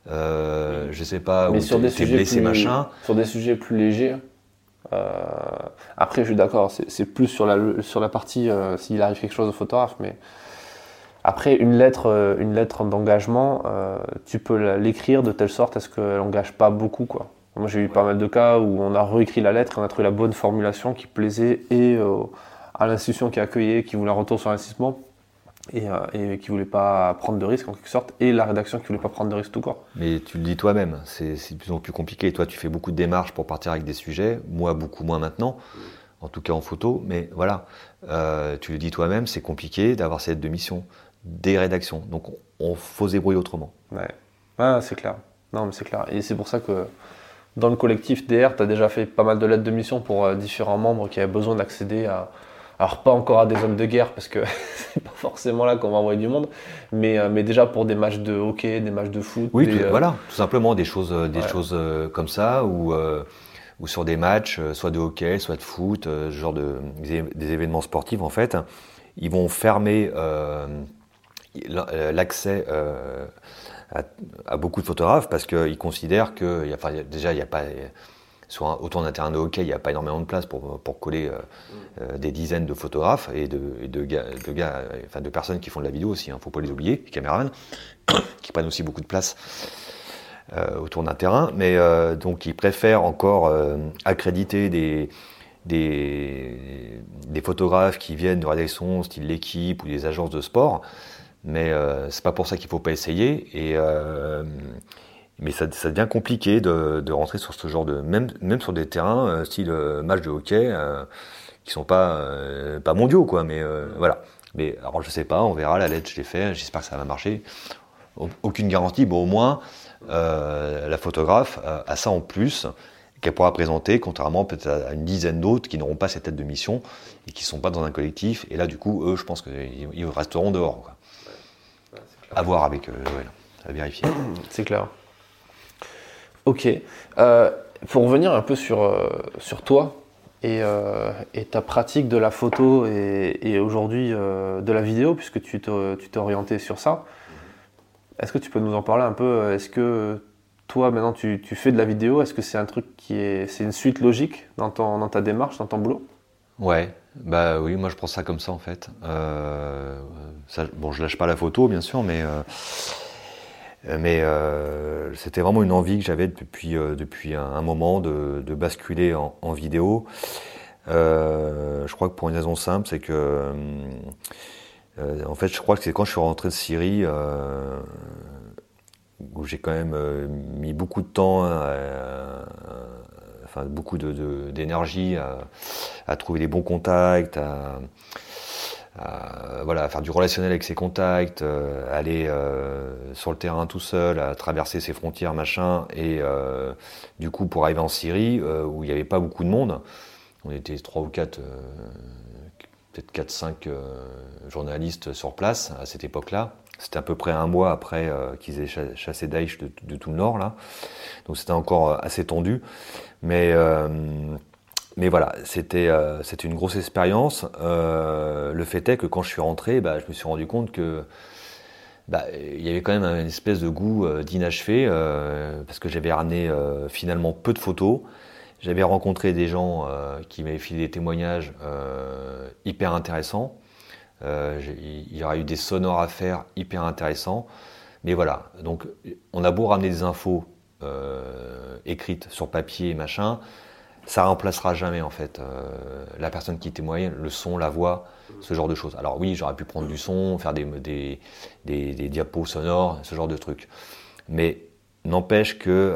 je sais pas, mais où t'es blessé, machin. Sur des sujets plus légers, après je suis d'accord, c'est plus sur la partie s'il arrive quelque chose au photographe, mais après, une lettre d'engagement, tu peux l'écrire de telle sorte à ce qu'elle n'engage pas beaucoup, quoi. Moi, j'ai eu pas mal de cas où on a réécrit la lettre et on a trouvé la bonne formulation qui plaisait et à l'institution qui accueillait, qui voulait un retour sur investissement, et qui voulait pas prendre de risques en quelque sorte, et la rédaction qui voulait pas prendre de risques tout court. Mais tu le dis toi-même, c'est de plus en plus compliqué. Toi, tu fais beaucoup de démarches pour partir avec des sujets, moi beaucoup moins maintenant, en tout cas en photo, mais voilà, tu le dis toi-même, c'est compliqué d'avoir cette lettre de mission, des rédactions, donc on faut se débrouiller autrement. Ouais, c'est clair. Non, mais c'est clair. Et c'est pour ça que dans le collectif DR, tu as déjà fait pas mal de lettres de mission pour différents membres qui avaient besoin d'accéder à... Alors pas encore à des zones de guerre parce que c'est pas forcément là qu'on va envoyer du monde, mais déjà pour des matchs de hockey, des matchs de foot. Oui, voilà, tout simplement des choses comme ça ou sur des matchs, soit de hockey, soit de foot, des événements sportifs en fait, ils vont fermer l'accès à beaucoup de photographes parce qu'ils considèrent que, déjà il n'y a pas autour d'un terrain de hockey, il n'y a pas énormément de place pour coller des dizaines de photographes et de personnes qui font de la vidéo aussi, faut pas les oublier, les caméramans, qui prennent aussi beaucoup de place autour d'un terrain. Mais donc ils préfèrent encore accréditer des photographes qui viennent de rédaction style L'Équipe ou des agences de sport. Mais c'est pas pour ça qu'il faut pas essayer. Mais ça devient compliqué de rentrer sur ce genre de... Même sur des terrains style match de hockey qui sont pas mondiaux, quoi. Mais voilà. Mais alors je sais pas, on verra, la lettre je l'ai fait, j'espère que ça va marcher. Aucune garantie, bon au moins la photographe a ça en plus qu'elle pourra présenter, contrairement peut-être à une dizaine d'autres qui n'auront pas cette lettre de mission et qui sont pas dans un collectif. Et là du coup, eux, je pense qu'ils resteront dehors, quoi. À voir avec Joël, à vérifier. C'est clair. Ok. Pour revenir un peu sur toi et ta pratique de la photo et aujourd'hui de la vidéo, puisque tu t'es orienté sur ça, est-ce que tu peux nous en parler un peu? Est-ce que toi, maintenant, tu fais de la vidéo? Est-ce que c'est un truc c'est une suite logique dans ta démarche, dans ton boulot? Ouais, bah oui, moi je prends ça comme ça en fait. Je lâche pas la photo bien sûr, mais c'était vraiment une envie que j'avais depuis un moment de basculer en vidéo. Je crois que pour une raison simple, c'est que en fait, je crois que c'est quand je suis rentré de Syrie où j'ai quand même mis beaucoup de temps, beaucoup d'énergie à trouver des bons contacts, à faire du relationnel avec ses contacts, aller sur le terrain tout seul, à traverser ses frontières, machin. Et du coup, pour arriver en Syrie, où il n'y avait pas beaucoup de monde, on était 3 ou 4, peut-être 4-5 journalistes sur place à cette époque-là. C'était à peu près un mois après qu'ils aient chassé Daesh de tout le nord, là. Donc c'était encore assez tendu. Mais voilà, c'était une grosse expérience. Le fait est que quand je suis rentré, je me suis rendu compte que il y avait quand même une espèce de goût d'inachevé, parce que j'avais ramené finalement peu de photos. J'avais rencontré des gens qui m'avaient filé des témoignages hyper intéressants. Il y aura eu des sonores à faire hyper intéressants. Mais voilà, donc on a beau ramener des infos écrites sur papier et machin, ça remplacera jamais en fait la personne qui témoigne, le son, la voix, ce genre de choses. Alors oui, j'aurais pu prendre du son, faire des diapos sonores, ce genre de trucs. Mais n'empêche que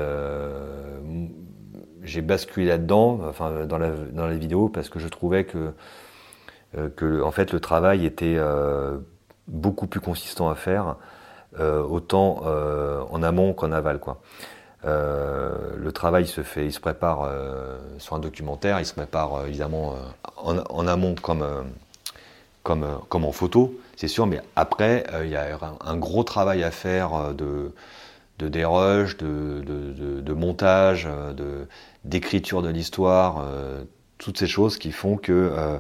j'ai basculé là-dedans, dans la vidéo, parce que je trouvais que en fait le travail était beaucoup plus consistant à faire, autant en amont qu'en aval, quoi. Le travail il se prépare sur un documentaire, il se prépare évidemment en amont comme en photo, c'est sûr, mais après il y a un gros travail à faire de dérush, de montage, d'écriture de l'histoire, toutes ces choses qui font que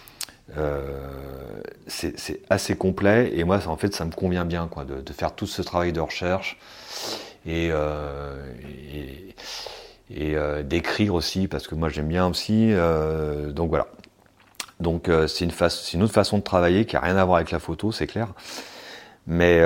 c'est assez complet, et moi en fait ça me convient bien, quoi, de faire tout ce travail de recherche et d'écrire aussi, parce que moi j'aime bien aussi, donc voilà. Donc c'est une autre façon de travailler qui a rien à voir avec la photo, c'est clair, mais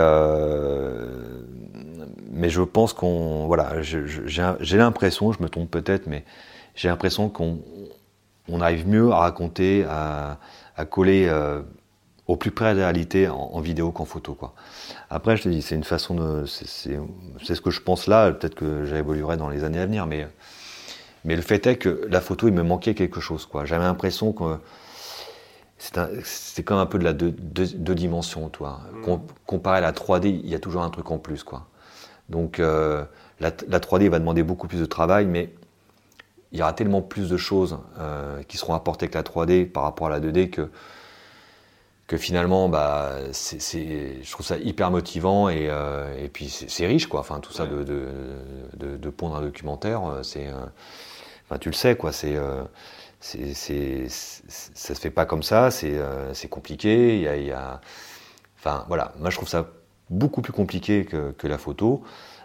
je pense j'ai l'impression, je me trompe peut-être, mais j'ai l'impression qu'on arrive mieux à raconter, à coller au plus près de la réalité en vidéo qu'en photo, quoi. Après, je te dis, c'est une façon de... C'est ce que je pense là, peut-être que j'évoluerai dans les années à venir, mais le fait est que la photo, il me manquait quelque chose, quoi. J'avais l'impression que c'est comme un peu de la deux dimensions, toi. Comparé à la 3D, il y a toujours un truc en plus, quoi. Donc la 3D va demander beaucoup plus de travail, mais il y aura tellement plus de choses qui seront apportées que la 3D par rapport à la 2D que finalement, je trouve ça hyper motivant et puis c'est riche, quoi. Enfin, tout ça de pondre un documentaire, tu le sais, quoi. Ça se fait pas comme ça. C'est compliqué. Enfin, voilà. Moi, je trouve ça beaucoup plus compliqué que la photo.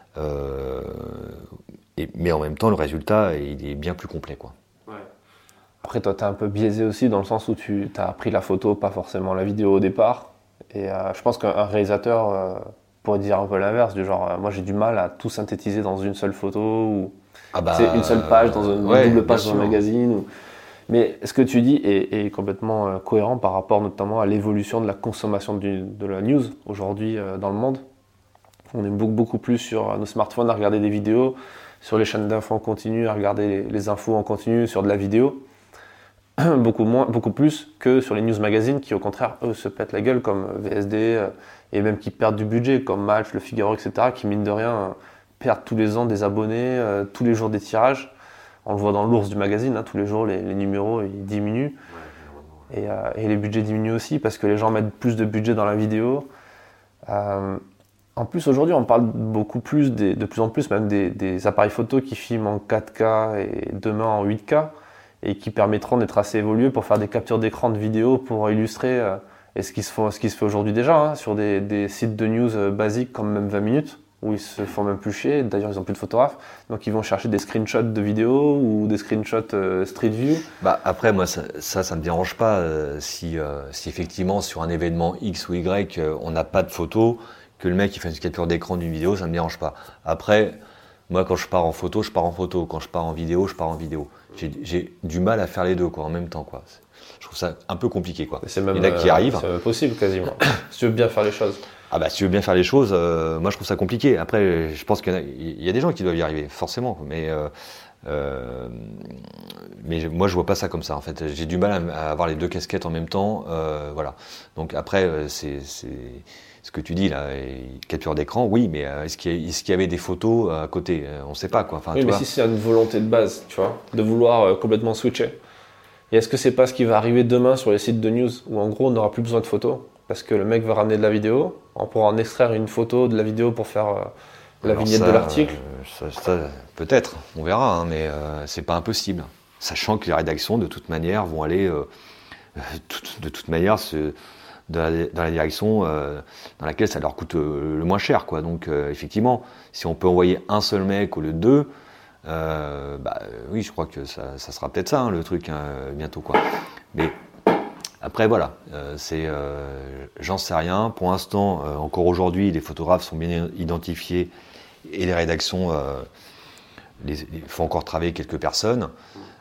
Mais en même temps, le résultat, il est bien plus complet, quoi. Ouais. Après, toi, tu es un peu biaisé aussi dans le sens où tu as appris la photo, pas forcément la vidéo au départ. Et je pense qu'un réalisateur pourrait dire un peu l'inverse, du genre, moi j'ai du mal à tout synthétiser dans une seule photo ou c'est une seule page dans une double page dans un magazine. Mais ce que tu dis est complètement cohérent par rapport notamment à l'évolution de la consommation de la news aujourd'hui dans le monde. On est beaucoup plus sur nos smartphones à regarder des vidéos, sur les chaînes d'infos en continu, à regarder les infos en continu sur de la vidéo. Beaucoup plus que sur les news magazines qui au contraire eux se pètent la gueule comme VSD et même qui perdent du budget comme Match, Le Figaro, etc. qui mine de rien perdent tous les ans des abonnés, tous les jours des tirages. On le voit dans l'ours du magazine, hein, tous les jours les numéros ils diminuent et les budgets diminuent aussi parce que les gens mettent plus de budget dans la vidéo. En plus aujourd'hui on parle beaucoup plus, de plus en plus même des appareils photo qui filment en 4K et demain en 8K et qui permettront d'être assez évolués pour faire des captures d'écran de vidéo pour illustrer ce qui se fait aujourd'hui déjà hein, sur des sites de news basiques comme même 20 minutes où ils se font même plus chier, d'ailleurs ils n'ont plus de photographes donc ils vont chercher des screenshots de vidéos ou des screenshots Street View. Après moi ça me dérange pas si effectivement sur un événement X ou Y on n'a pas de photos, que le mec il fait une capture d'écran d'une vidéo, ça me dérange pas. Après moi quand je pars en photo, je pars en photo, quand je pars en vidéo, je pars en vidéo. J'ai du mal à faire les deux quoi, en même temps quoi. Je trouve ça un peu un peu quoi. C'est même, il y en a qui arrivent. C'est possible quasiment. Si tu veux bien faire les choses. Si tu veux bien faire les choses, moi je trouve ça compliqué. Après, je pense qu'il y a des gens qui doivent y arriver, forcément. Mais moi je vois pas ça comme ça. En fait, j'ai du mal à avoir les deux casquettes en même temps. Voilà. Donc après, c'est ce que tu dis là, capture d'écran, oui, mais est-ce qu'il y avait des photos à côté? On ne sait pas quoi. Enfin, oui, mais si c'est une volonté de base, tu vois, de vouloir complètement switcher. Et est-ce que c'est pas ce qui va arriver demain sur les sites de news où en gros on n'aura plus besoin de photos parce que le mec va ramener de la vidéo, on pourra en extraire une photo de la vidéo pour faire la vignette de l'article. Ça, peut-être, on verra, hein, mais c'est pas impossible. Sachant que les rédactions de toute manière vont aller de toute manière dans la direction dans laquelle ça leur coûte le moins cher, quoi. Donc effectivement, si on peut envoyer un seul mec au lieu de deux, oui, je crois que ça sera peut-être ça, hein, le truc, hein, bientôt, quoi. Mais après, voilà, j'en sais rien. Pour l'instant, encore aujourd'hui, les photographes sont bien identifiés et les rédactions font encore travailler quelques personnes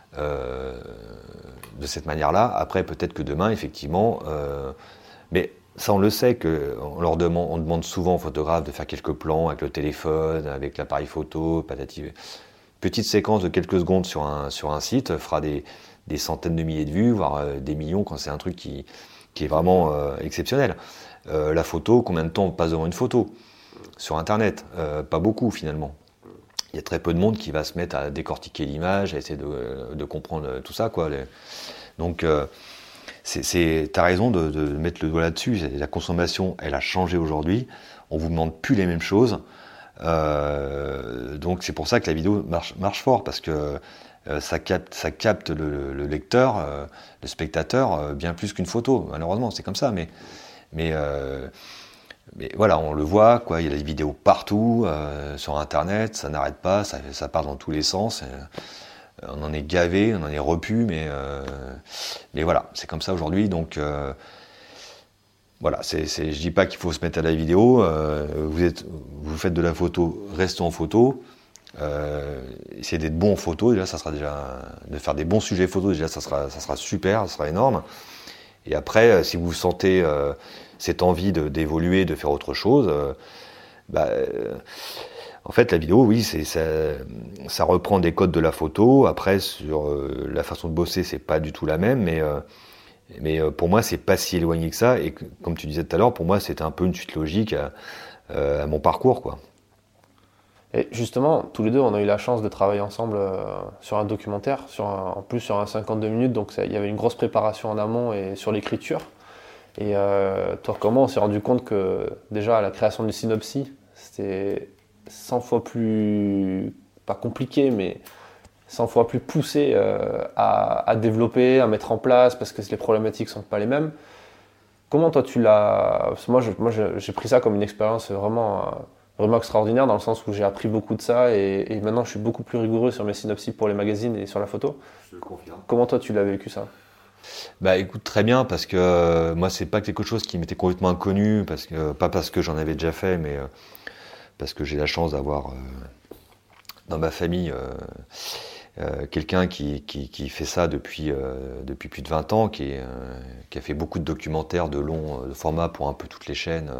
de cette manière-là. Après, peut-être que demain, effectivement, mais ça, on le sait on demande souvent aux photographes de faire quelques plans avec le téléphone, avec l'appareil photo, patati. Petite séquence de quelques secondes sur un site fera des centaines de milliers de vues, voire des millions quand c'est un truc qui est vraiment exceptionnel. La photo, combien de temps on passe devant une photo sur Internet? Pas beaucoup finalement. Il y a très peu de monde qui va se mettre à décortiquer l'image, à essayer de comprendre tout ça, quoi. Donc t'as raison de mettre le doigt là-dessus. La consommation, elle a changé aujourd'hui. On vous demande plus les mêmes choses. Donc c'est pour ça que la vidéo marche fort, parce que ça capte le lecteur, le spectateur, bien plus qu'une photo. Malheureusement, c'est comme ça, mais voilà, on le voit, quoi. Il y a des vidéos partout sur Internet, ça n'arrête pas, ça part dans tous les sens. On en est gavé, on en est repu, mais voilà, c'est comme ça aujourd'hui. Donc voilà, je dis pas qu'il faut se mettre à la vidéo. Vous faites de la photo, restez en photo. Essayez d'être bon en photo. Déjà, ça sera de faire des bons sujets photo. Déjà, ça sera super, ça sera énorme. Et après, si vous sentez cette envie d'évoluer, de faire autre chose, en fait, la vidéo, oui, ça reprend des codes de la photo. Après, sur la façon de bosser, c'est pas du tout la même, mais pour moi, c'est pas si éloigné que ça. Et comme tu disais tout à l'heure, pour moi, c'était un peu une suite logique à mon parcours, quoi. Et justement, tous les deux, on a eu la chance de travailler ensemble sur un documentaire, en plus sur un 52 minutes, donc il y avait une grosse préparation en amont et sur l'écriture. Et toi, comment on s'est rendu compte que déjà la création du synopsis, c'était 100 fois plus, pas compliqué, mais 100 fois plus poussé à développer, à mettre en place, parce que les problématiques ne sont pas les mêmes. Comment toi tu l'as... Parce que moi j'ai pris ça comme une expérience vraiment extraordinaire, dans le sens où j'ai appris beaucoup de ça, et maintenant je suis beaucoup plus rigoureux sur mes synopsis pour les magazines et sur la photo. Je le confirme. Comment toi tu l'as vécu ça ? Écoute, très bien, parce que moi c'est pas quelque chose qui m'était complètement inconnu, pas parce que j'en avais déjà fait, mais parce que j'ai la chance d'avoir dans ma famille quelqu'un qui fait ça depuis plus de 20 ans, qui a fait beaucoup de documentaires de long format pour un peu toutes les chaînes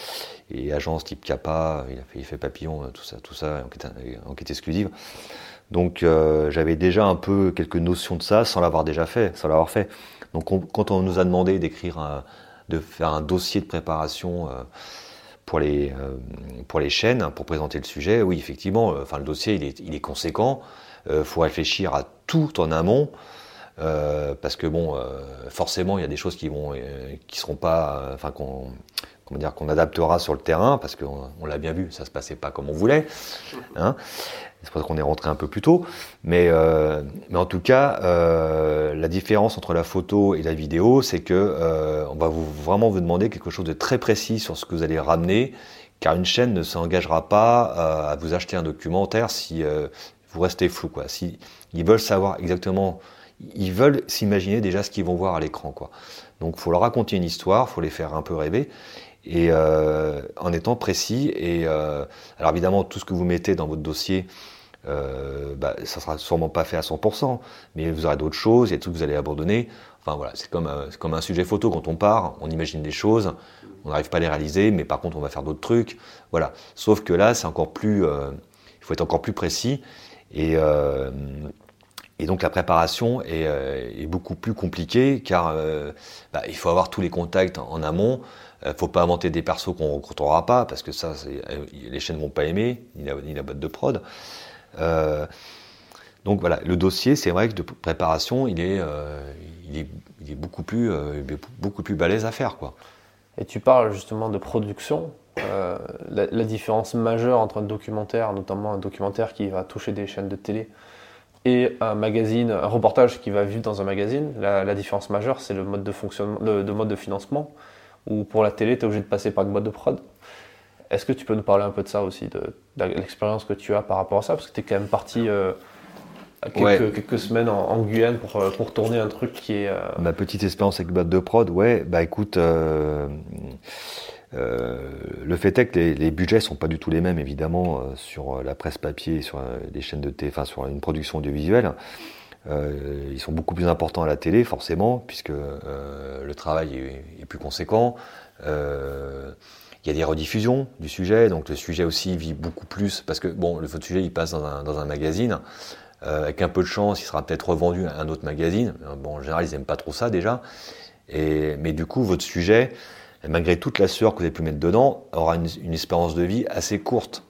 et agences type Kappa, il fait Papillon, tout ça enquête exclusive. Donc j'avais déjà un peu quelques notions de ça sans l'avoir fait. Donc quand on nous a demandé de faire un dossier de préparation pour les chaînes, pour présenter le sujet, oui effectivement, le dossier il est conséquent. Faut réfléchir à tout en amont, parce que forcément il y a des choses qui seront pas, qu'on adaptera sur le terrain, parce qu'on l'a bien vu, ça se passait pas comme on voulait, hein. C'est pour ça qu'on est rentré un peu plus tôt, mais en tout cas, la différence entre la photo et la vidéo, c'est que on va vraiment vous demander quelque chose de très précis sur ce que vous allez ramener, car une chaîne ne s'engagera pas à vous acheter un documentaire si vous restez flou, quoi. Si ils veulent savoir exactement, ils veulent s'imaginer déjà ce qu'ils vont voir à l'écran, quoi. Donc, faut leur raconter une histoire, faut les faire un peu rêver, et en étant précis. Et alors évidemment, tout ce que vous mettez dans votre dossier, ça sera sûrement pas fait à 100%, mais vous aurez d'autres choses, il y a des trucs que vous allez abandonner. Enfin voilà, c'est comme un sujet photo. Quand on part, on imagine des choses, on n'arrive pas à les réaliser, mais par contre, on va faire d'autres trucs. Voilà. Sauf que là, c'est encore plus, il faut être encore plus précis. Et donc la préparation est beaucoup plus compliquée, car il faut avoir tous les contacts en amont. Faut pas inventer des persos qu'on ne rencontrera pas, parce que ça, les chaînes vont pas aimer, ni la boîte de prod. Donc voilà, le dossier, c'est vrai que de préparation, il est beaucoup plus balèze à faire, quoi. Et tu parles justement de production. La différence majeure entre un documentaire, notamment un documentaire qui va toucher des chaînes de télé, et un magazine, un reportage qui va vivre dans un magazine, la différence majeure, c'est le mode de fonctionnement, le mode de financement, où pour la télé, tu es obligé de passer par une boîte de prod. Est-ce que tu peux nous parler un peu de ça aussi, de l'expérience que tu as par rapport à ça ? Parce que tu es quand même parti quelques semaines en Guyane pour tourner un truc qui est... Ma petite expérience avec boîte de prod, écoute... le fait est que les budgets sont pas du tout les mêmes, évidemment, sur la presse papier et sur les chaînes de télé, sur une production audiovisuelle. Ils sont beaucoup plus importants à la télé, forcément, puisque le travail est plus conséquent. Il y a des rediffusions du sujet, donc le sujet aussi vit beaucoup plus, parce que votre sujet il passe dans un magazine. Avec un peu de chance, il sera peut-être revendu à un autre magazine. En général, ils n'aiment pas trop ça déjà. Mais du coup, votre sujet, malgré toute la sueur que vous avez pu mettre dedans, aura une espérance de vie assez courte.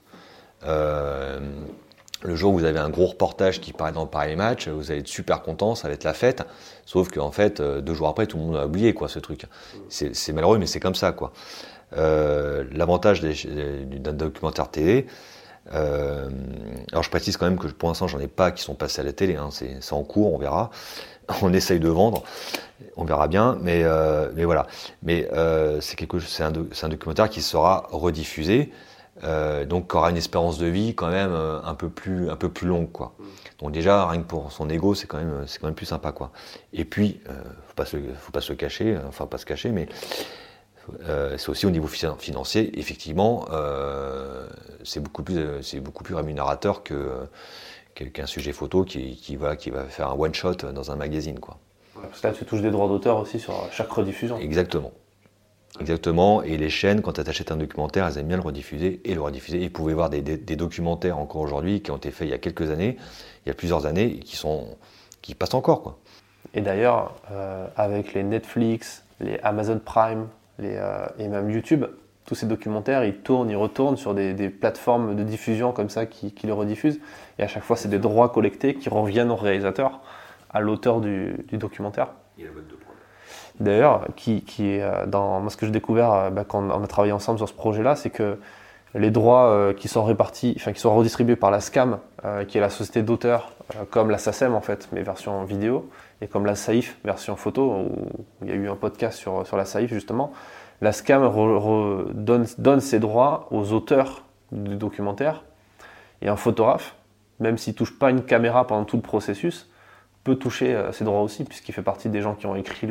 Le jour où vous avez un gros reportage qui paraît dans Paris Match, vous allez être super content, ça va être la fête. Sauf qu'en fait, 2 jours après, tout le monde a oublié, quoi, ce truc. C'est malheureux, mais c'est comme ça, quoi. L'avantage d'un documentaire télé, alors je précise quand même que pour l'instant, j'en ai pas qui sont passés à la télé, hein, c'est en cours, on verra. On essaye de vendre, on verra bien, mais voilà. Mais c'est un documentaire qui sera rediffusé, donc qui aura une espérance de vie quand même un peu plus longue, quoi. Donc déjà, rien que pour son ego, c'est quand même plus sympa, quoi. Et puis, faut pas se cacher, enfin pas se cacher, mais c'est aussi au niveau financier, effectivement, c'est beaucoup plus rémunérateur qu'un sujet photo qui va faire un one shot dans un magazine, quoi. Parce que là, tu touches des droits d'auteur aussi sur chaque rediffusion. Exactement. Exactement. Et les chaînes, quand tu achètes un documentaire, elles aiment bien le rediffuser et le rediffuser. Et vous pouvez voir des documentaires encore aujourd'hui qui ont été faits il y a quelques années, il y a plusieurs années, et qui passent encore, quoi. Et d'ailleurs, avec les Netflix, les Amazon Prime et même YouTube, tous ces documentaires, ils retournent sur des plateformes de diffusion comme ça qui les rediffusent. Et à chaque fois, c'est des droits collectés qui reviennent au réalisateur, à l'auteur du documentaire. Et la boîte de prod. D'ailleurs, qui est dans moi, ce que j'ai découvert quand on a travaillé ensemble sur ce projet-là, c'est que les droits qui sont répartis, enfin qui sont redistribués par la SCAM, qui est la société d'auteurs, comme la SACEM en fait, mais version vidéo, et comme la SAIF version photo, où il y a eu un podcast sur la SAIF justement. La SCAM donne ses droits aux auteurs du documentaire, et un photographe, même s'il ne touche pas une caméra pendant tout le processus, peut toucher ses droits aussi, puisqu'il fait partie des gens qui ont écrit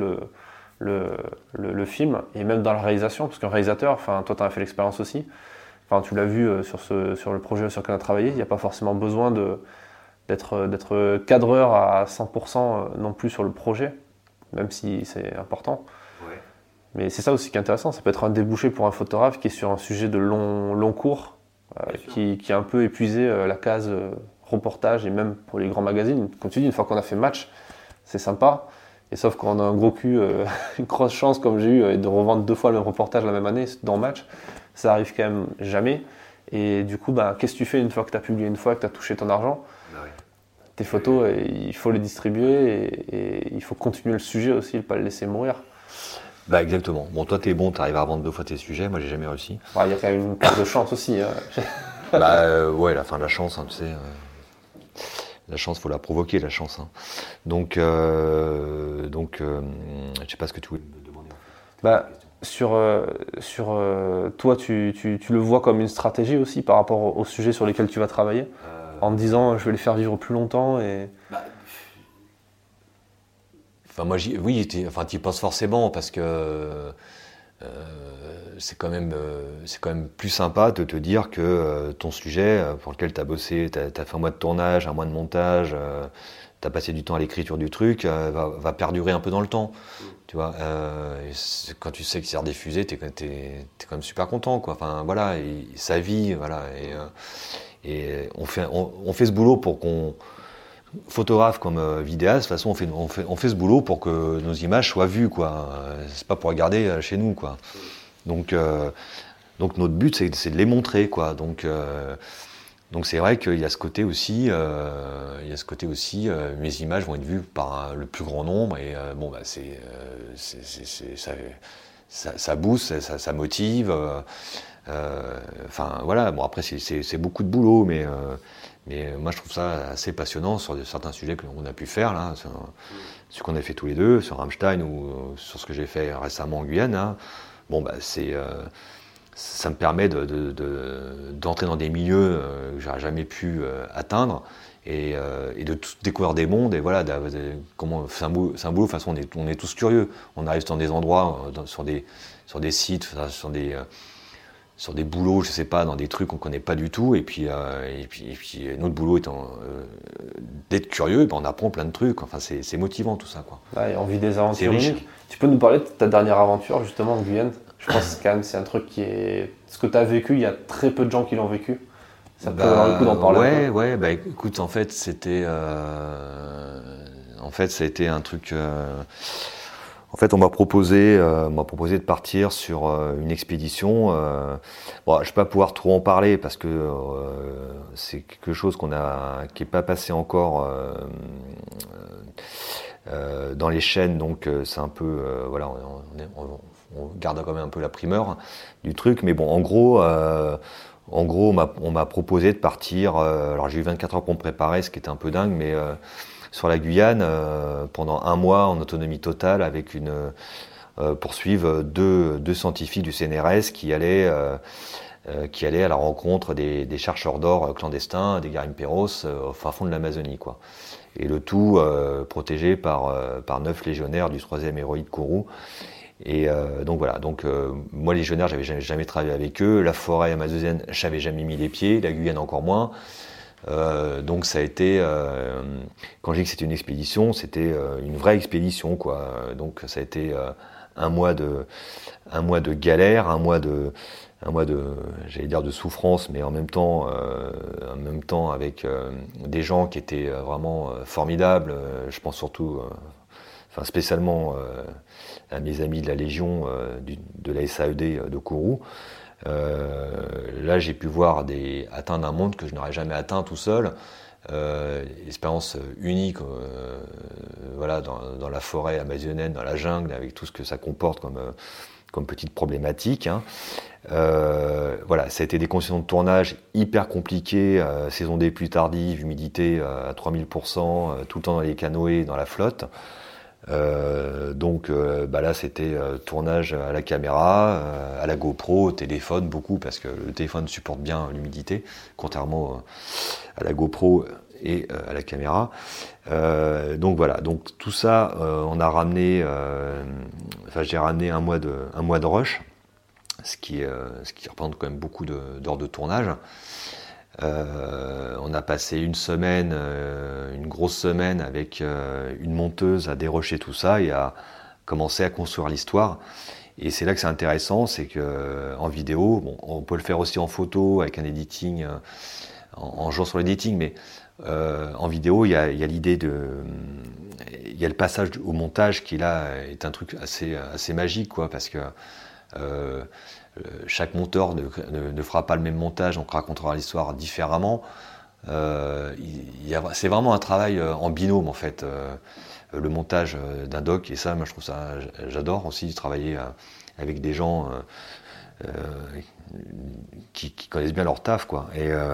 le film, et même dans la réalisation, parce qu'un réalisateur, enfin toi tu as fait l'expérience aussi, enfin tu l'as vu sur le projet sur lequel on a travaillé, il n'y a pas forcément besoin d'être cadreur à 100% non plus sur le projet, même si c'est important. Ouais. Mais c'est ça aussi qui est intéressant, ça peut être un débouché pour un photographe qui est sur un sujet de long cours, qui a un peu épuisé la case reportage, et même pour les grands magazines, comme tu dis, une fois qu'on a fait match, c'est sympa, et sauf quand on a un gros cul, une grosse chance comme j'ai eu de revendre 2 fois le même reportage la même année dans Match, ça arrive quand même jamais. Et du coup, qu'est-ce que tu fais une fois que tu as publié une fois, que tu as touché ton argent? Ouais. Tes photos, il faut les distribuer, et il faut continuer le sujet aussi, ne pas le laisser mourir. Exactement. Bon, toi t'es bon, t'arrives à vendre 2 fois tes sujets, moi j'ai jamais réussi. Il y a quand même une part de chance aussi. Ouais, la fin de la chance, hein, tu sais. La chance, faut la provoquer, la chance. Hein. Donc, je sais pas ce que tu voulais me demander. Toi, tu le vois comme une stratégie aussi par rapport aux sujets sur lesquels tu vas travailler, en te disant je vais les faire vivre plus longtemps et. Enfin, moi, t'y penses forcément parce que c'est quand même plus sympa de te dire que ton sujet pour lequel tu as bossé, tu as fait un mois de tournage, un mois de montage, tu as passé du temps à l'écriture du truc, va perdurer un peu dans le temps. Tu vois, quand tu sais que c'est rediffusé, t'es quand même super content, quoi. Enfin, voilà, et sa vie, voilà. Et on fait ce boulot pour qu'on. Photographe comme vidéaste, de toute façon, on fait ce boulot pour que nos images soient vues, quoi. C'est pas pour regarder chez nous, quoi. Donc notre but, c'est de les montrer, quoi. Donc c'est vrai qu'il y a ce côté aussi, mes images vont être vues par le plus grand nombre, et ça booste, ça motive. Enfin voilà, bon après c'est beaucoup de boulot, mais moi je trouve ça assez passionnant sur certains sujets qu'on a pu faire là, sur ce qu'on a fait tous les deux, sur Rammstein ou sur ce que j'ai fait récemment en Guyane. Hein. Bon ça me permet d'entrer dans des milieux que j'aurais jamais pu atteindre, et de découvrir des mondes, et voilà, c'est un boulot, de toute façon on est tous curieux, on arrive dans des endroits, sur des sites, sur des boulots, je sais pas, dans des trucs qu'on connaît pas du tout, et puis notre boulot étant d'être curieux, on apprend plein de trucs, enfin c'est motivant tout ça, quoi. Ouais, et on vit des aventures uniques. Tu peux nous parler de ta dernière aventure justement en Guyane? Je pense que quand même c'est un truc qui est... Ce que tu as vécu, il y a très peu de gens qui l'ont vécu. Ça peut avoir le coup d'en parler. Ouais, écoute, en fait, ça a été un truc... En fait, on m'a proposé de partir sur une expédition. Je vais pas pouvoir trop en parler parce que c'est quelque chose qui est pas passé encore dans les chaînes, donc c'est un peu voilà, on garde quand même un peu la primeur du truc. Mais bon, en gros, on m'a proposé de partir. Alors j'ai eu 24 heures pour me préparer, ce qui était un peu dingue, mais sur la Guyane pendant un mois en autonomie totale, avec poursuivre deux scientifiques du CNRS qui allaient à la rencontre des chercheurs d'or clandestins, des garimperos au fin fond de l'Amazonie, quoi. Et le tout protégé par 9 légionnaires du 3e héroïde Kourou. Et donc voilà, moi les légionnaires, j'avais jamais travaillé avec eux. La forêt amazonienne, j'avais jamais mis les pieds. La Guyane encore moins. Donc ça a été, quand j'ai dit que c'était une expédition, c'était une vraie expédition, quoi. Donc ça a été un mois de galère, un mois de, j'allais dire de souffrance, mais en même temps avec des gens qui étaient vraiment formidables. Je pense surtout, enfin spécialement à mes amis de la Légion, de la SAED de Kourou. Là, j'ai pu voir atteindre un monde que je n'aurais jamais atteint tout seul. Expérience unique, voilà, dans la forêt amazonienne, dans la jungle, avec tout ce que ça comporte comme petite problématique. Hein. Voilà, ça a été des conditions de tournage hyper compliquées, saison des pluies tardives, humidité à 3000%, tout le temps dans les canoës, dans la flotte. Donc là c'était tournage à la caméra, à la GoPro, au téléphone beaucoup parce que le téléphone supporte bien l'humidité, contrairement à la GoPro et à la caméra. Donc voilà, donc tout ça on a ramené, j'ai ramené un mois de rush, ce qui représente quand même beaucoup d'heures de tournage. On a passé une grosse semaine avec une monteuse à dérocher tout ça et à commencer à construire l'histoire. Et c'est là que c'est intéressant, c'est que en vidéo, bon, on peut le faire aussi en photo avec un editing, en jouant sur l'editing, mais en vidéo, il y a l'idée il y a le passage au montage qui là est un truc assez magique, quoi, parce que chaque monteur ne fera pas le même montage, on racontera l'histoire différemment. C'est vraiment un travail en binôme en fait, le montage d'un doc, et ça, moi je trouve ça, j'adore aussi travailler avec des gens qui connaissent bien leur taf, quoi.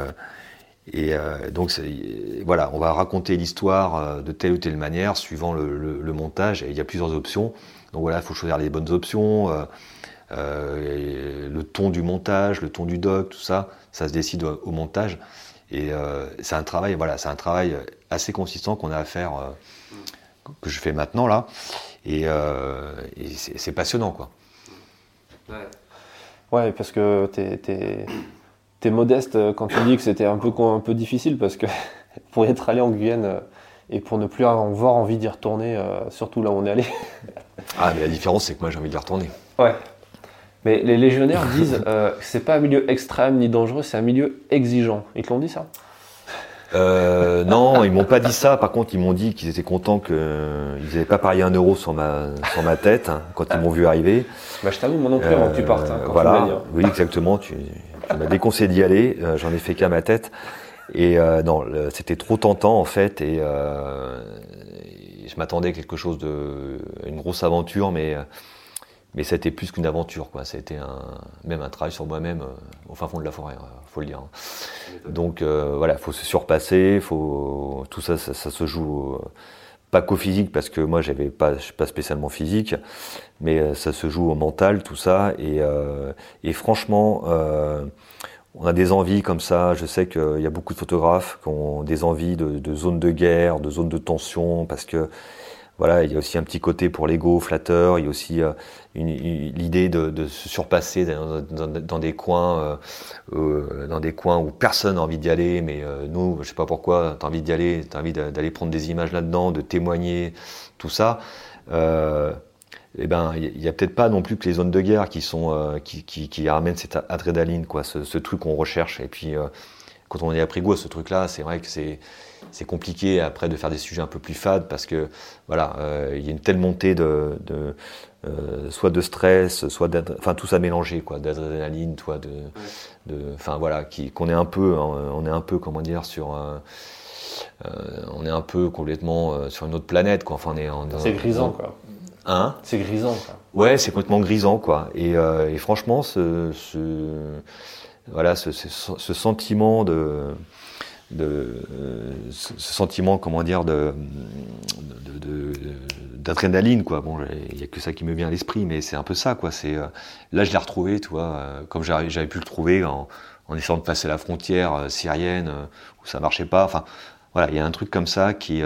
Donc voilà, on va raconter l'histoire de telle ou telle manière suivant le montage, et il y a plusieurs options. Donc voilà, il faut choisir les bonnes options. Le ton du montage, le ton du doc, tout ça, ça se décide au montage. Et c'est un travail assez consistant qu'on a à faire, que je fais maintenant là. Et c'est passionnant, quoi. Ouais, parce que t'es modeste quand tu dis que c'était un peu difficile, parce que pour être allé en Guyane et pour ne plus avoir envie d'y retourner, surtout là où on est allé. Ah, mais la différence, c'est que moi j'ai envie d'y retourner. Ouais. Mais les légionnaires disent que c'est pas un milieu extrême ni dangereux, c'est un milieu exigeant. Ils te l'ont dit, ça ? Non, ils m'ont pas dit ça. Par contre, ils m'ont dit qu'ils étaient contents qu'ils n'avaient pas parié 1 euro sur ma tête, hein, quand ils m'ont vu arriver. Bah, je t'avoue, moi non plus, avant que tu partes. Quand voilà, tu m'as dit, oui, exactement. Tu m'as déconseillé d'y aller. J'en ai fait qu'à ma tête. Et non, c'était trop tentant en fait. Et je m'attendais à quelque chose une grosse aventure, mais c'était plus qu'une aventure, quoi. C'était même un travail sur moi-même au fin fond de la forêt, faut le dire. Donc voilà, faut se surpasser, tout ça se joue pas qu'au physique, parce que moi je suis pas spécialement physique, mais ça se joue au mental, tout ça. Et franchement, on a des envies comme ça. Je sais qu'il y a beaucoup de photographes qui ont des envies de zones de guerre, de zones de tension, parce que voilà, il y a aussi un petit côté pour l'ego flatteur. Il y a aussi l'idée de se surpasser dans des coins où personne n'a envie d'y aller. Mais nous, je sais pas pourquoi, t'as envie d'y aller, t'as envie d'aller prendre des images là-dedans, de témoigner, tout ça. Eh ben, il y a peut-être pas non plus que les zones de guerre qui ramènent cette adrénaline, quoi, ce truc qu'on recherche. Et puis quand on est à pris goût à ce truc-là, c'est vrai que c'est compliqué après de faire des sujets un peu plus fades, parce que voilà, il y a une telle montée soit de stress, soit tout ça mélangé, quoi, d'adrénaline, enfin voilà, qu'on est un peu, on est un peu, comment dire, on est un peu complètement sur une autre planète, quoi. Enfin, c'est grisant, quoi. Hein ? C'est grisant, quoi. Ouais, c'est complètement grisant, quoi. Et franchement, ce sentiment ce sentiment, comment dire, d'adrénaline, quoi. Bon, il y a que ça qui me vient à l'esprit, mais c'est un peu ça, quoi. Là, je l'ai retrouvé, tu vois, comme j'avais pu le trouver en essayant de passer la frontière syrienne, où ça marchait pas. Enfin, voilà, il y a un truc comme ça qui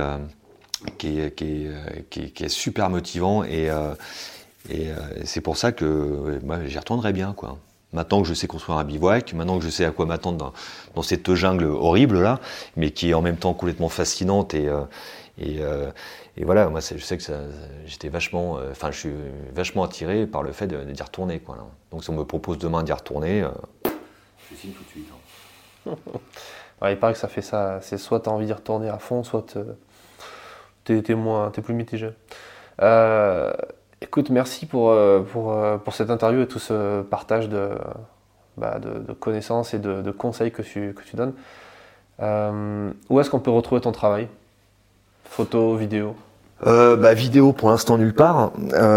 est super motivant, et c'est pour ça que moi, j'y retournerais bien, quoi. Maintenant que je sais construire un bivouac, maintenant que je sais à quoi m'attendre dans cette jungle horrible là, mais qui est en même temps complètement fascinante et voilà, moi je sais que j'étais vachement, je suis vachement attiré par le fait d'y retourner quoi. Là. Donc si on me propose demain d'y retourner, je signe tout de suite. Hein. Ouais, il paraît que ça fait ça, c'est soit tu as envie d'y retourner à fond, soit t'es plus mitigé. Écoute, merci pour cette interview et tout ce partage de connaissances et de conseils que tu donnes. Où est-ce qu'on peut retrouver ton travail ? Photo, vidéo ? Vidéo pour l'instant nulle part.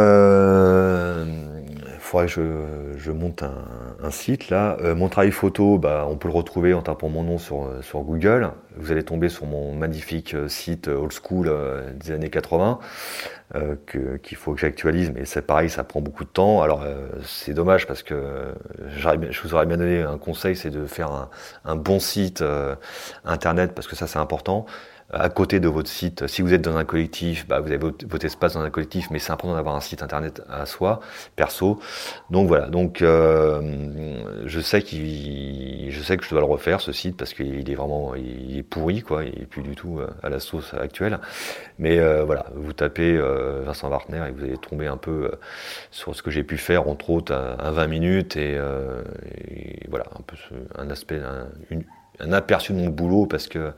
Faudrait que je monte un site là. Mon travail photo, on peut le retrouver en tapant mon nom sur Google. Vous allez tomber sur mon magnifique site old school des années 80 qu'il faut que j'actualise, mais c'est pareil, ça prend beaucoup de temps. Alors c'est dommage parce que je vous aurais bien donné un conseil, c'est de faire un bon site internet parce que ça c'est important. À côté de votre site, si vous êtes dans un collectif, vous avez votre espace dans un collectif, mais c'est important d'avoir un site internet à soi, perso. Donc voilà, je sais que je dois le refaire ce site parce qu'il est vraiment, il est pourri quoi, il est plus du tout à la sauce actuelle. Mais voilà, vous tapez Vincent Wartner et vous allez tomber un peu sur ce que j'ai pu faire, entre autres à 20 minutes et voilà, un peu un aspect, un aperçu de mon boulot parce que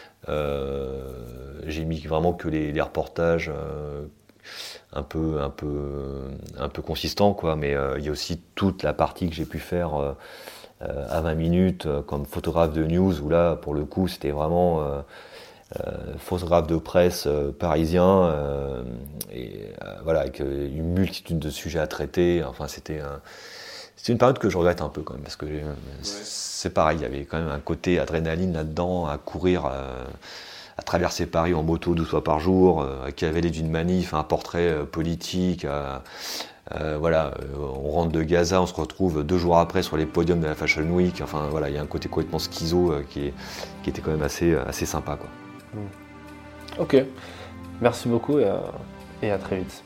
j'ai mis vraiment que les reportages un peu consistants quoi, mais il y a aussi toute la partie que j'ai pu faire à 20 minutes comme photographe de news où là pour le coup c'était vraiment photographe de presse parisien voilà avec une multitude de sujets à traiter. Enfin c'était une période que je regrette un peu quand même parce que c'est pareil, il y avait quand même un côté adrénaline là-dedans, à courir, à traverser Paris en moto 12 fois par jour, à cavaler d'une manif, un portrait politique, voilà, on rentre de Gaza, on se retrouve 2 jours après sur les podiums de la Fashion Week. Enfin voilà, il y a un côté complètement schizo qui était quand même assez sympa quoi. Ok, merci beaucoup et à très vite.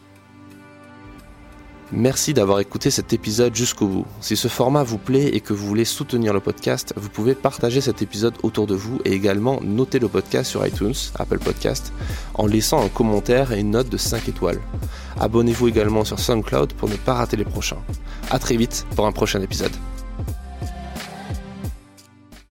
Merci d'avoir écouté cet épisode jusqu'au bout. Si ce format vous plaît et que vous voulez soutenir le podcast, vous pouvez partager cet épisode autour de vous et également noter le podcast sur iTunes, Apple Podcast, en laissant un commentaire et une note de 5 étoiles. Abonnez-vous également sur SoundCloud pour ne pas rater les prochains. À très vite pour un prochain épisode.